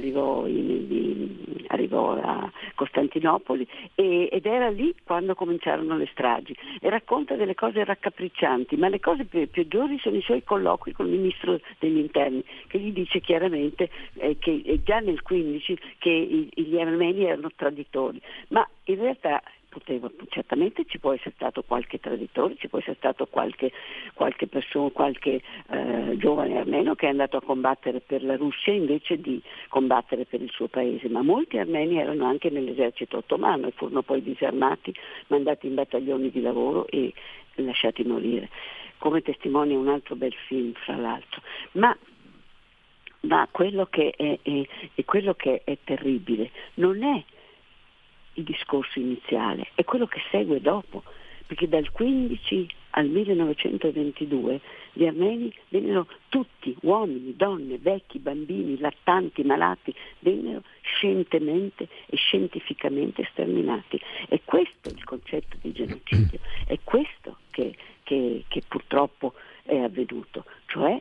a Costantinopoli ed era lì quando cominciarono le stragi, e racconta delle cose raccapriccianti, ma le cose peggiori sono i suoi colloqui con il ministro degli interni, che gli dice chiaramente che già nel 15 che gli armeni erano traditori, ma in realtà certamente ci può essere stato qualche traditore, ci può essere stato qualche persona, qualche giovane armeno che è andato a combattere per la Russia invece di combattere per il suo paese, ma molti armeni erano anche nell'esercito ottomano e furono poi disarmati, mandati in battaglioni di lavoro e lasciati morire, come testimonia un altro bel film fra l'altro. Ma quello che è terribile non è il discorso iniziale, è quello che segue dopo, perché dal 15 al 1922 gli armeni vennero tutti, uomini, donne, vecchi, bambini, lattanti, malati, vennero scientemente e scientificamente sterminati. E questo è il concetto di genocidio, è questo che purtroppo è avvenuto, cioè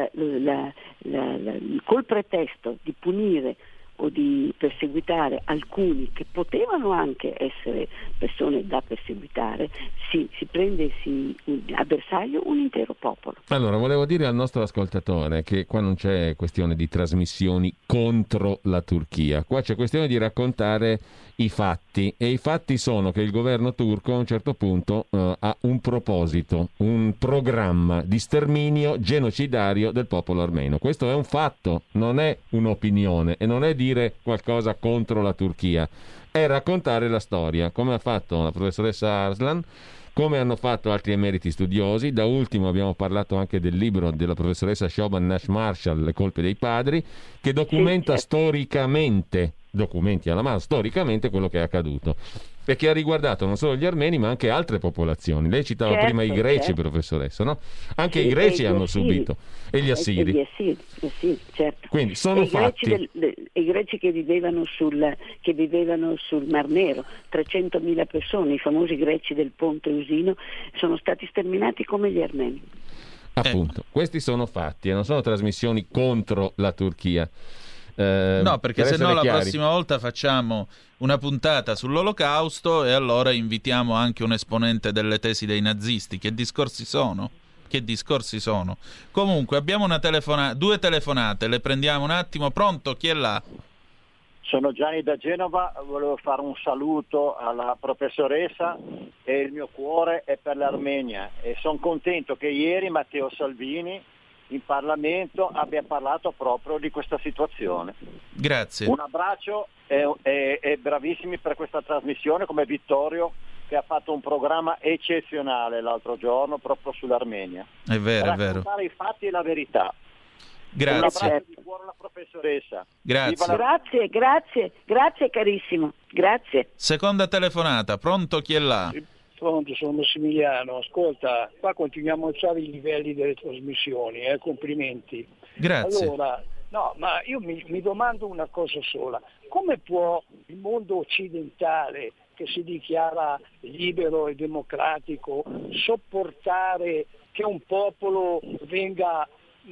col pretesto di punire o di perseguitare alcuni che potevano anche essere persone da perseguitare, si prende a bersaglio un intero popolo. Allora, volevo dire al nostro ascoltatore che qua non c'è questione di trasmissioni contro la Turchia, qua c'è questione di raccontare i fatti, e i fatti sono che il governo turco a un certo punto ha un proposito, un programma di sterminio genocidario del popolo armeno. Questo è un fatto, non è un'opinione e non è dire qualcosa contro la Turchia, è raccontare la storia, come ha fatto la professoressa Arslan, come hanno fatto altri emeriti studiosi. Da ultimo abbiamo parlato anche del libro della professoressa Siobhan Nash Marshall, Le colpe dei padri, che documenta storicamente documenti alla mano, storicamente quello che è accaduto e che ha riguardato non solo gli armeni ma anche altre popolazioni. Lei citava prima i greci, professoressa, no? Anche i greci hanno subito, e gli assiri. Gli assiri, certo. Quindi sono fatti. I greci che vivevano sul Mar Nero, 300.000 persone, i famosi greci del Ponte Usino, sono stati sterminati come gli armeni. Appunto, questi sono fatti e non sono trasmissioni contro la Turchia. No, perché per se no la chiari. prossima volta facciamo una puntata sull'Olocausto e allora invitiamo anche un esponente delle tesi dei nazisti. Che discorsi sono? Comunque abbiamo due telefonate, le prendiamo un attimo. Pronto? Chi è là? Sono Gianni da Genova, volevo fare un saluto alla professoressa e il mio cuore è per l'Armenia e sono contento che ieri Matteo Salvini in Parlamento abbia parlato proprio di questa situazione. Grazie. Un abbraccio e bravissimi per questa trasmissione, come Vittorio che ha fatto un programma eccezionale l'altro giorno proprio sull'Armenia. È vero, per è vero. raccontare i fatti e la verità. Grazie. Un abbraccio di cuore alla professoressa. Grazie. Grazie carissimo, grazie. Seconda telefonata, pronto, chi è là? Pronto, sono Massimiliano. Ascolta, qua continuiamo a alzare i livelli delle trasmissioni, complimenti. Grazie. Allora, no, ma io mi domando una cosa sola. Come può il mondo occidentale, che si dichiara libero e democratico, sopportare che un popolo venga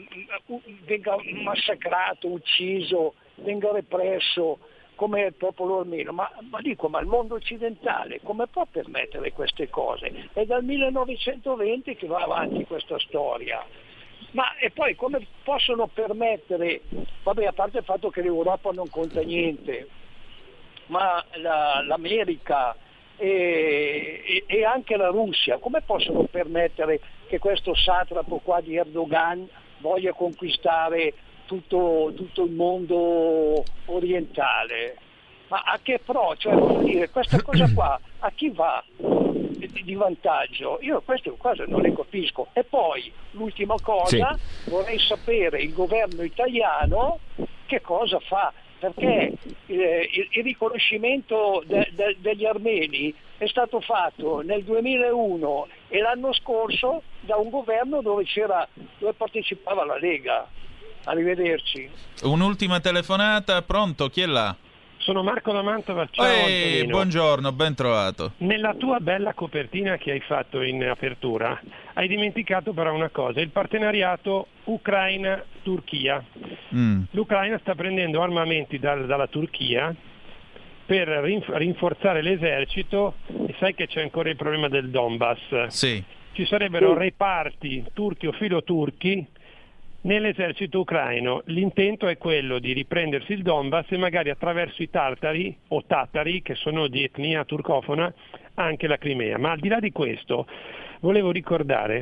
massacrato, ucciso, venga represso come il popolo armeno? Ma il mondo occidentale come può permettere queste cose? È dal 1920 che va avanti questa storia. E poi come possono permettere, a parte il fatto che l'Europa non conta niente, ma l'America e anche la Russia, come possono permettere che questo satrapo qua di Erdogan voglia conquistare tutto il mondo orientale? Ma a che pro? Cioè, voglio dire, questa cosa qua a chi va di vantaggio? Io queste cose non le capisco. E poi l'ultima cosa, vorrei sapere il governo italiano che cosa fa, perché il riconoscimento degli armeni è stato fatto nel 2001 e l'anno scorso da un governo dove partecipava la Lega. Arrivederci. Un'ultima telefonata, pronto, chi è là? Sono Marco da Mantova, ciao Antonino. Buongiorno, ben trovato. Nella tua bella copertina che hai fatto in apertura hai dimenticato però una cosa, il partenariato Ucraina-Turchia. L'Ucraina sta prendendo armamenti dalla Turchia per rinforzare l'esercito e sai che c'è ancora il problema del Donbass. Sì. Ci sarebbero reparti turchi o filoturchi nell'esercito ucraino. L'intento è quello di riprendersi il Donbass e magari attraverso i tartari o tatari, che sono di etnia turcofona, anche la Crimea. Ma al di là di questo volevo ricordare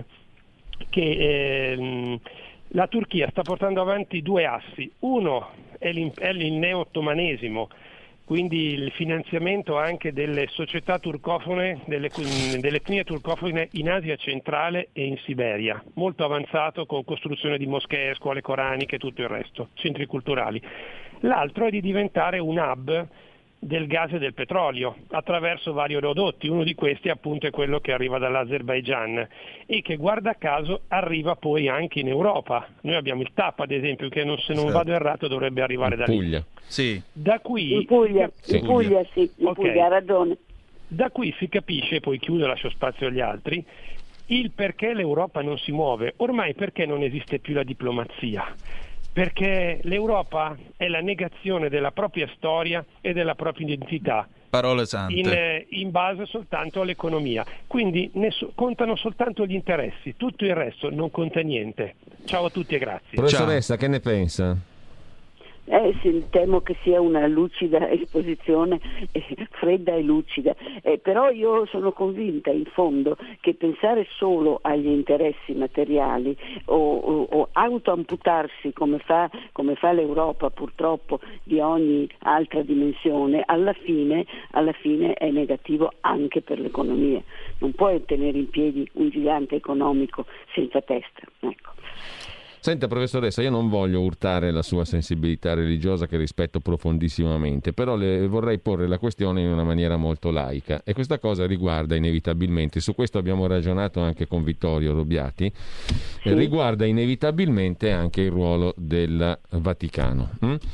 che la Turchia sta portando avanti due assi. Uno è il neo-ottomanesimo, quindi il finanziamento anche delle società turcofone, delle etnie turcofone in Asia centrale e in Siberia, molto avanzato con costruzione di moschee, scuole coraniche e tutto il resto, centri culturali. L'altro è di diventare un hub del gas e del petrolio attraverso vari oleodotti, uno di questi appunto è quello che arriva dall'Azerbaigian e che guarda caso arriva poi anche in Europa. Noi abbiamo il TAP ad esempio che se non vado errato dovrebbe arrivare da lì. Puglia. Sì. Da qui in Puglia, Puglia, ha ragione. Da qui si capisce, poi chiudo e lascio spazio agli altri, il perché l'Europa non si muove. Ormai perché non esiste più la diplomazia? Perché l'Europa è la negazione della propria storia e della propria identità. Parole sante. In base soltanto all'economia. Quindi contano soltanto gli interessi, tutto il resto non conta niente. Ciao a tutti e grazie. Professoressa, che ne pensa? Sì, temo che sia una lucida esposizione, fredda e lucida, però io sono convinta in fondo che pensare solo agli interessi materiali o autoamputarsi come fa l'Europa purtroppo di ogni altra dimensione, alla fine è negativo anche per l'economia. Non puoi tenere in piedi un gigante economico senza testa, ecco. Senta, professoressa, io non voglio urtare la sua sensibilità religiosa, che rispetto profondissimamente, però le vorrei porre la questione in una maniera molto laica, e questa cosa riguarda inevitabilmente, su questo abbiamo ragionato anche con Vittorio Robiati, riguarda inevitabilmente anche il ruolo del Vaticano.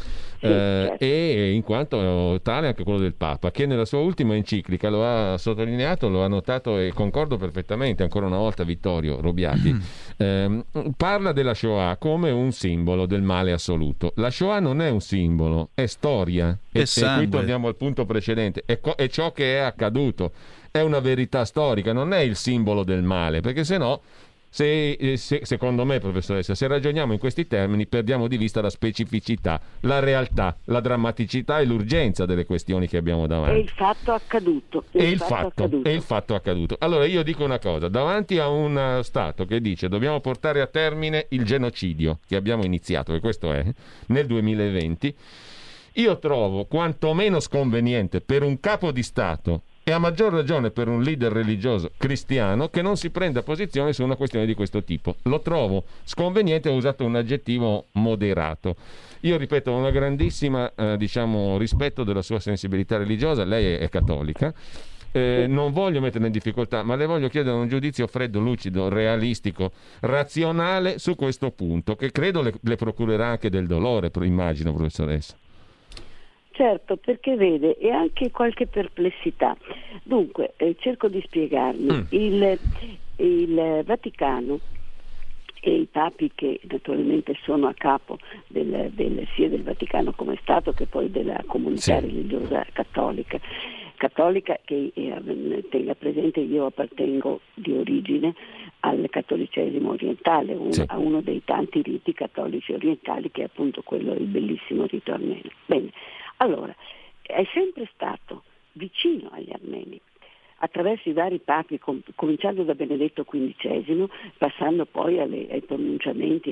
E in quanto tale anche quello del Papa, che nella sua ultima enciclica lo ha sottolineato, lo ha notato, e concordo perfettamente, ancora una volta Vittorio Robiati, parla della Shoah come un simbolo del male assoluto. La Shoah non è un simbolo, è storia, e qui torniamo al punto precedente, è ciò che è accaduto, è una verità storica, non è il simbolo del male, perché se no, secondo me, professoressa, se ragioniamo in questi termini perdiamo di vista la specificità, la realtà, la drammaticità e l'urgenza delle questioni che abbiamo davanti. E il fatto accaduto. E il fatto accaduto. Allora io dico una cosa, davanti a un Stato che dice dobbiamo portare a termine il genocidio che abbiamo iniziato, e questo è, nel 2020, io trovo quantomeno sconveniente per un capo di Stato, e a maggior ragione per un leader religioso cristiano, che non si prenda posizione su una questione di questo tipo. Lo trovo sconveniente, ho usato un aggettivo moderato. Io ripeto, ho una grandissima rispetto della sua sensibilità religiosa, lei è cattolica, non voglio metterla in difficoltà, ma le voglio chiedere un giudizio freddo, lucido, realistico, razionale su questo punto, che credo le procurerà anche del dolore, immagino, professoressa. Certo, perché vede, e anche qualche perplessità. Dunque, cerco di spiegarmi. Il Vaticano e i papi, che naturalmente sono a capo sia del Vaticano come Stato che poi della comunità religiosa cattolica, che tenga presente, io appartengo di origine al cattolicesimo orientale, a uno dei tanti riti cattolici orientali, che è appunto quello, il bellissimo rito armeno. Bene, allora, è sempre stato vicino agli armeni attraverso i vari papi, cominciando da Benedetto XV, passando poi ai pronunciamenti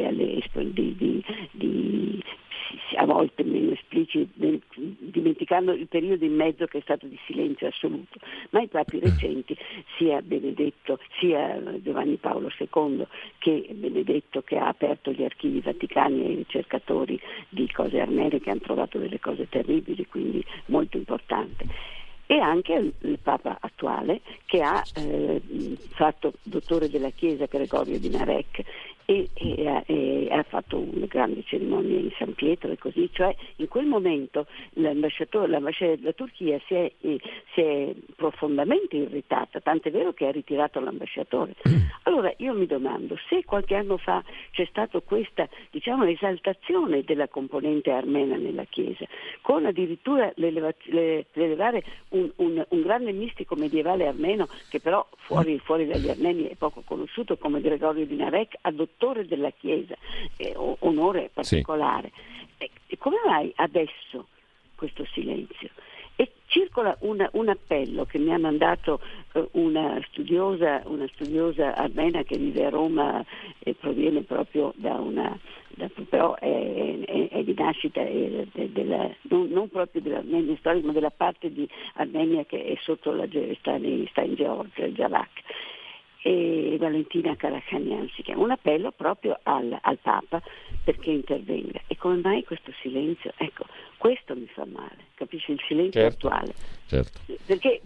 a volte meno espliciti, dimenticando il periodo in mezzo che è stato di silenzio assoluto, ma i papi recenti, sia Giovanni Paolo II che Benedetto, che ha aperto gli archivi vaticani ai ricercatori di cose armene, che hanno trovato delle cose terribili, quindi molto importante. E anche il Papa attuale, che ha fatto dottore della Chiesa, Gregorio di Narek, e ha fatto una grande cerimonia in San Pietro e così, cioè in quel momento la Turchia si è profondamente irritata, tant'è vero che ha ritirato l'ambasciatore. Allora io mi domando, se qualche anno fa c'è stata questa esaltazione della componente armena nella Chiesa, con addirittura l'elevare un grande mistico medievale armeno, che però fuori dagli armeni è poco conosciuto, come Gregorio di Narek, dottore della Chiesa, onore particolare. E come mai adesso questo silenzio? E circola un appello che mi ha mandato una studiosa armena che vive a Roma e proviene proprio però è di nascita non proprio dell'Armenia storica, ma della parte di Armenia che è sotto sta in Georgia, il Javak. E Valentina Karakhanian si chiama, un appello proprio al Papa perché intervenga. E come mai questo silenzio? Ecco, questo mi fa male, capisci, il silenzio attuale. Certo. Perché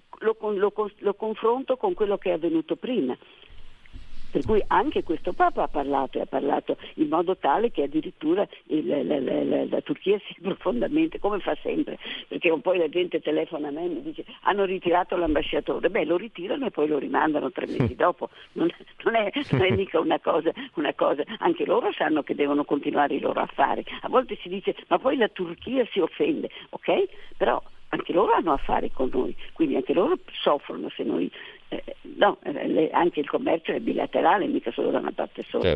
lo confronto con quello che è avvenuto prima. Per cui anche questo Papa ha parlato in modo tale che addirittura la Turchia si è profondamente, come fa sempre, perché un po' la gente telefona a me e mi dice hanno ritirato l'ambasciatore, lo ritirano e poi lo rimandano 3 mesi dopo, non è mica una cosa, anche loro sanno che devono continuare i loro affari, a volte si dice ma poi la Turchia si offende, ok? Però anche loro hanno affari con noi, quindi anche loro soffrono se noi anche il commercio è bilaterale, mica solo da una parte sola.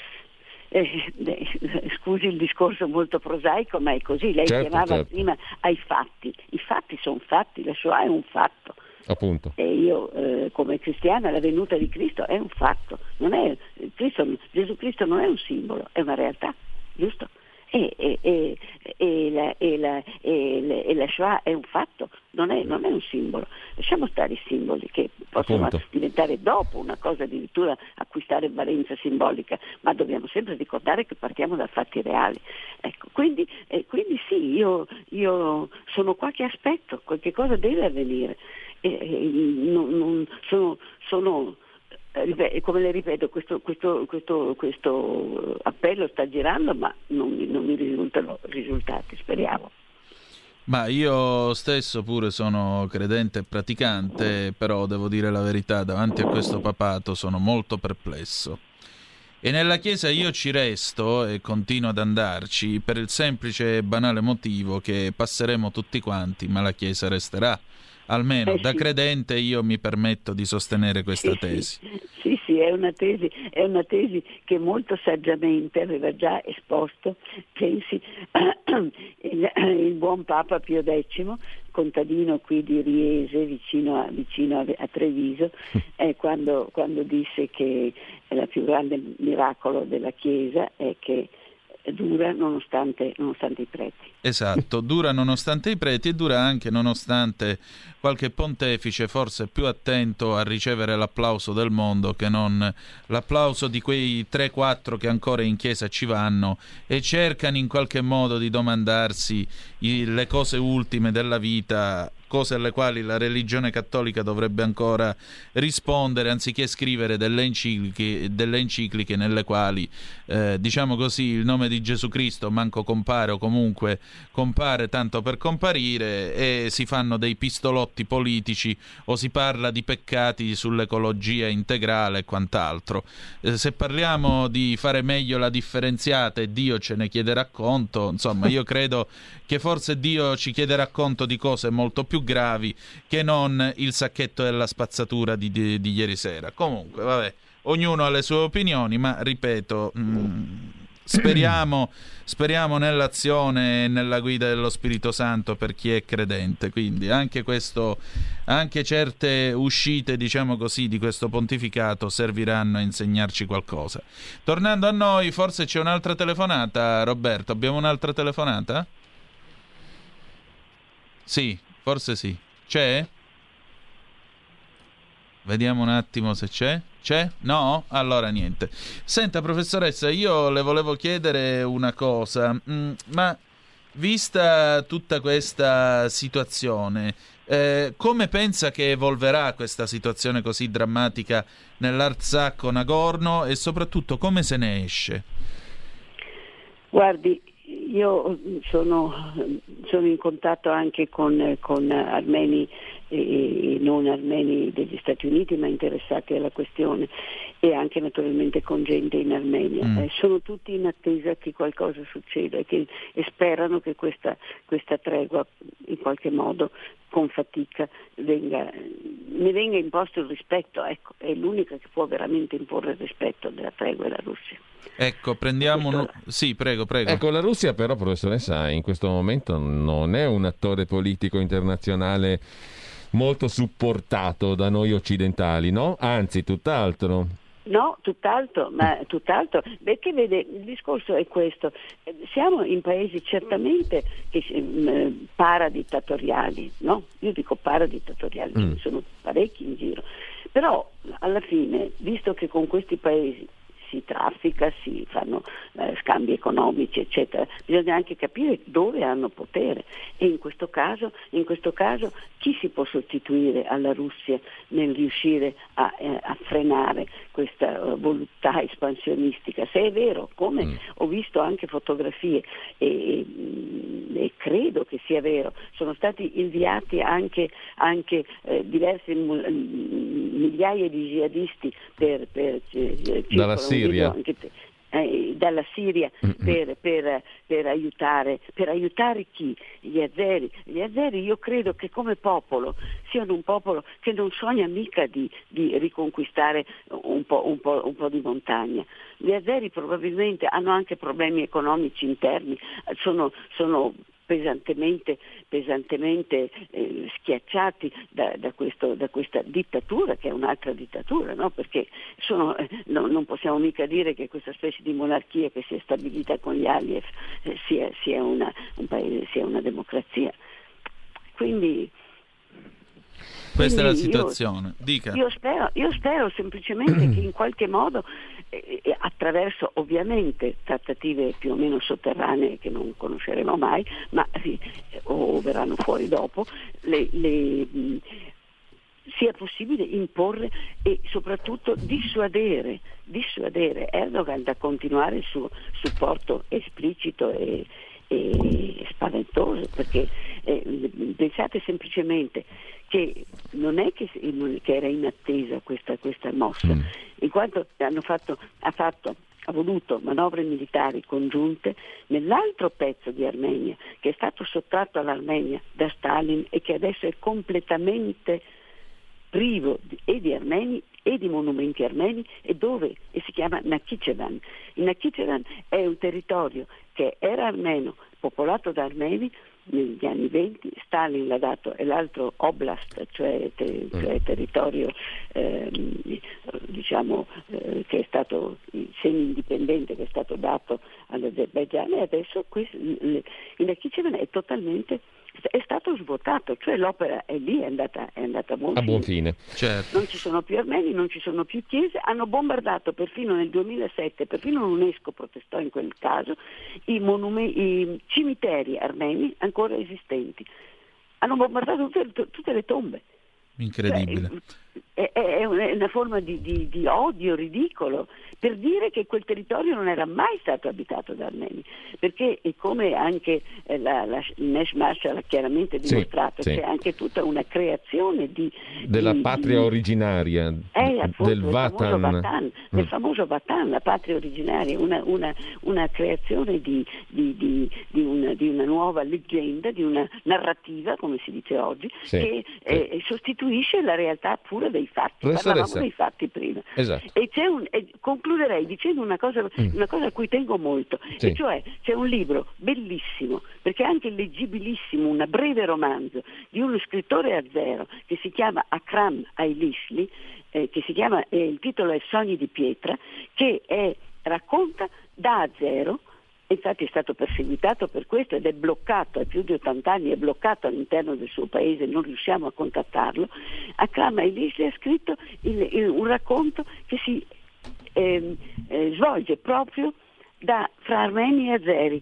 Certo. Scusi il discorso molto prosaico, ma è così. Lei chiamava prima ai fatti. I fatti sono fatti, la Shoah è un fatto. Appunto. E io come cristiana la venuta di Cristo è un fatto. Gesù Cristo non è un simbolo, è una realtà, giusto? e la Shoah è un fatto, non è un simbolo. Lasciamo stare i simboli che possono diventare dopo una cosa, addirittura acquistare valenza simbolica, ma dobbiamo sempre ricordare che partiamo da fatti reali. Ecco, quindi sì, io sono qua che aspetto, qualche cosa deve avvenire. Come le ripeto, questo appello sta girando, ma non mi risultano risultati, speriamo. Ma io stesso pure sono credente e praticante, però devo dire la verità, davanti a questo papato sono molto perplesso. E nella Chiesa io ci resto e continuo ad andarci per il semplice e banale motivo che passeremo tutti quanti, ma la Chiesa resterà. Almeno da credente io mi permetto di sostenere questa tesi. Sì, è una tesi che molto saggiamente aveva già esposto, pensi, il buon Papa Pio X, contadino qui di Riese, vicino a Treviso, quando disse che il più grande miracolo della Chiesa è che dura nonostante i preti. Esatto, dura nonostante i preti e dura anche nonostante qualche pontefice forse più attento a ricevere l'applauso del mondo che non l'applauso di quei 3-4 che ancora in chiesa ci vanno e cercano in qualche modo di domandarsi le cose ultime della vita, cose alle quali la religione cattolica dovrebbe ancora rispondere, anziché scrivere delle encicliche nelle quali, diciamo così, il nome di Gesù Cristo manco compare o comunque compare tanto per comparire e si fanno dei pistolotti politici o si parla di peccati sull'ecologia integrale e quant'altro. Se parliamo di fare meglio la differenziata e Dio ce ne chiederà conto, insomma io credo che forse Dio ci chiederà conto di cose molto più gravi che non il sacchetto della spazzatura di ieri sera. Comunque, vabbè, ognuno ha le sue opinioni, ma ripeto, speriamo nell'azione e nella guida dello Spirito Santo per chi è credente. Quindi anche certe uscite, diciamo così, di questo pontificato serviranno a insegnarci qualcosa. Tornando a noi, forse c'è un'altra telefonata, Roberto. Abbiamo un'altra telefonata? Sì, forse sì. C'è? Vediamo un attimo se c'è. C'è? No? Allora niente. Senta, professoressa, io le volevo chiedere una cosa. Ma vista tutta questa situazione, come pensa che evolverà questa situazione così drammatica nell'Artsakh Nagorno e soprattutto come se ne esce? Guardi, io sono in contatto anche con armeni e non armeni degli Stati Uniti, ma interessati alla questione, e anche naturalmente con gente in Armenia. Sono tutti in attesa che qualcosa succeda e sperano che questa tregua in qualche modo con fatica ne venga imposto il rispetto. Ecco, è l'unica che può veramente imporre il rispetto della tregua, è la Russia. Ecco, prendiamo Sì, prego. Ecco, la Russia però, professoressa, in questo momento non è un attore politico internazionale molto supportato da noi occidentali, no? Anzi, tutt'altro. No, tutt'altro, perché vede, il discorso è questo: siamo in paesi certamente paradittatoriali, no? Io dico paradittatoriali, ce ne sono parecchi in giro, però alla fine, visto che con questi paesi si traffica, si fanno scambi economici, eccetera, bisogna anche capire dove hanno potere, e in questo caso chi si può sostituire alla Russia nel riuscire a frenare questa voluttà espansionistica? Se è vero, come ho visto anche fotografie e credo che sia vero, sono stati inviati anche diverse migliaia di jihadisti per dalla Siria. Dalla Siria per aiutare chi? Gli azeri. Gli azeri, io credo che come popolo siano un popolo che non sogna mica di riconquistare un po' di montagna. Gli azeri probabilmente hanno anche problemi economici interni, sono pesantemente schiacciati da questa dittatura, che è un'altra dittatura, no? Perché non possiamo mica dire che questa specie di monarchia che si è stabilita con gli Aliyev sia un paese, sia una democrazia. Quindi questa è la situazione. Dica. Io spero semplicemente che in qualche modo, attraverso ovviamente trattative più o meno sotterranee che non conosceremo mai, ma o verranno fuori dopo, sia possibile imporre e soprattutto dissuadere Erdogan da continuare il suo supporto esplicito e spaventoso, perché pensate semplicemente che non è che era in attesa questa mossa, in quanto ha voluto manovre militari congiunte nell'altro pezzo di Armenia che è stato sottratto all'Armenia da Stalin e che adesso è completamente privo di armeni e di monumenti armeni, e si chiama Nakhichevan. Il Nakhichevan è un territorio che era armeno, popolato da armeni negli anni 20, Stalin l'ha dato, e l'altro oblast, cioè territorio che è stato semi-indipendente, che è stato dato all'Azerbaigian, e adesso il Nakhichevan è stato svuotato, cioè l'opera è lì, è andata a buon fine. Certo. Non ci sono più armeni, non ci sono più chiese, hanno bombardato perfino nel 2007, perfino l'UNESCO protestò in quel caso, i cimiteri armeni ancora esistenti. Hanno bombardato tutte le tombe. Incredibile. È una forma di odio ridicolo, per dire che quel territorio non era mai stato abitato da armeni, perché come anche il Nesh Marshall ha chiaramente dimostrato, c'è anche tutta una creazione della patria originaria, del Vatan, del famoso Vatan, la patria originaria, una creazione di una nuova leggenda, di una narrativa, come si dice oggi, che sostituisce la realtà pura dei fatti. Parlavamo dei fatti prima. Esatto. E concluderei dicendo una cosa a cui tengo molto, e cioè c'è un libro bellissimo, perché è anche leggibilissimo, un breve romanzo di uno scrittore azero che si chiama Akram Ailishli, il titolo è Sogni di pietra, che racconta da azero. Infatti è stato perseguitato per questo ed è bloccato, ha più di 80 anni, è bloccato all'interno del suo paese, non riusciamo a contattarlo. Akram Ailishli ha scritto un racconto che si svolge proprio fra armeni e azeri,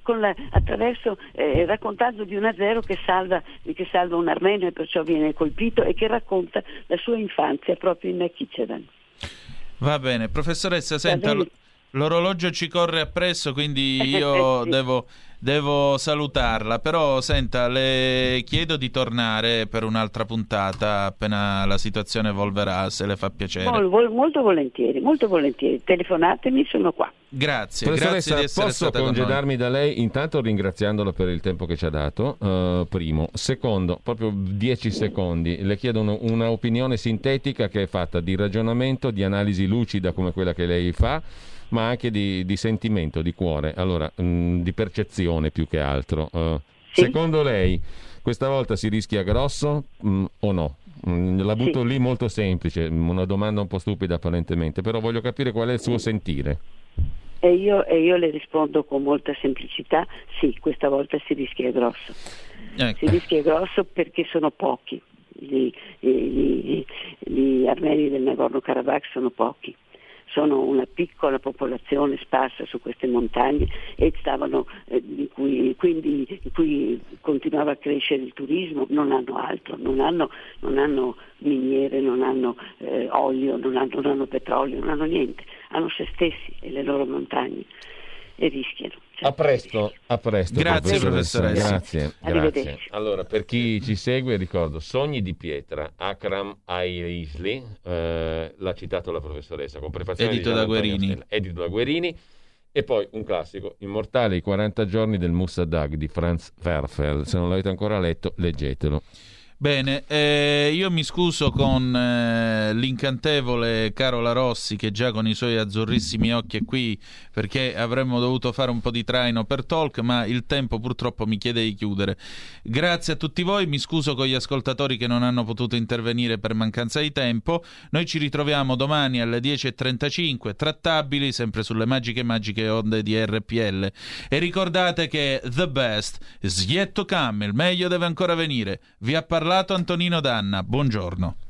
raccontando di un azero che salva un armenio e perciò viene colpito, e che racconta la sua infanzia proprio in Nakhichevan. Va bene, professoressa, senta, l'orologio ci corre appresso, quindi io devo salutarla, però senta, le chiedo di tornare per un'altra puntata appena la situazione evolverà, se le fa piacere. Molto volentieri, telefonatemi, sono qua. Grazie di essere posso stata con noi. Posso congedarmi da lei, intanto ringraziandola per il tempo che ci ha dato, primo. Secondo, proprio 10 secondi, le chiedo una opinione sintetica che è fatta di ragionamento, di analisi lucida come quella che lei fa, ma anche di sentimento, di cuore, allora di percezione più che altro. Secondo lei questa volta si rischia grosso o no? La butto lì molto semplice, una domanda un po' stupida apparentemente, però voglio capire qual è il suo sentire. E io le rispondo con molta semplicità: sì, questa volta si rischia grosso. Si rischia grosso perché sono pochi, gli armeni del Nagorno-Karabakh sono pochi. Sono una piccola popolazione sparsa su queste montagne e in cui continuava a crescere il turismo. Non hanno altro, non hanno miniere, non hanno olio, non hanno petrolio, non hanno niente, hanno se stessi e le loro montagne, e rischiano. A presto. Grazie professoressa. Grazie. Allora, per chi ci segue, ricordo Sogni di pietra, Akram Ailishli, l'ha citato la professoressa, con prefazione edito da Guerini, e poi un classico, immortale, I 40 giorni del Mossadegh di Franz Werfel. Se non l'avete ancora letto, leggetelo. Bene, io mi scuso con l'incantevole Carola Rossi, che già con i suoi azzurrissimi occhi è qui, perché avremmo dovuto fare un po' di traino per Talk, ma il tempo purtroppo mi chiede di chiudere. Grazie a tutti voi, mi scuso con gli ascoltatori che non hanno potuto intervenire per mancanza di tempo. Noi ci ritroviamo domani alle 10.35, trattabili, sempre sulle magiche onde di RPL. E ricordate che the best is yet to come, il meglio deve ancora venire. Vi ha parlato Antonino Danna, buongiorno.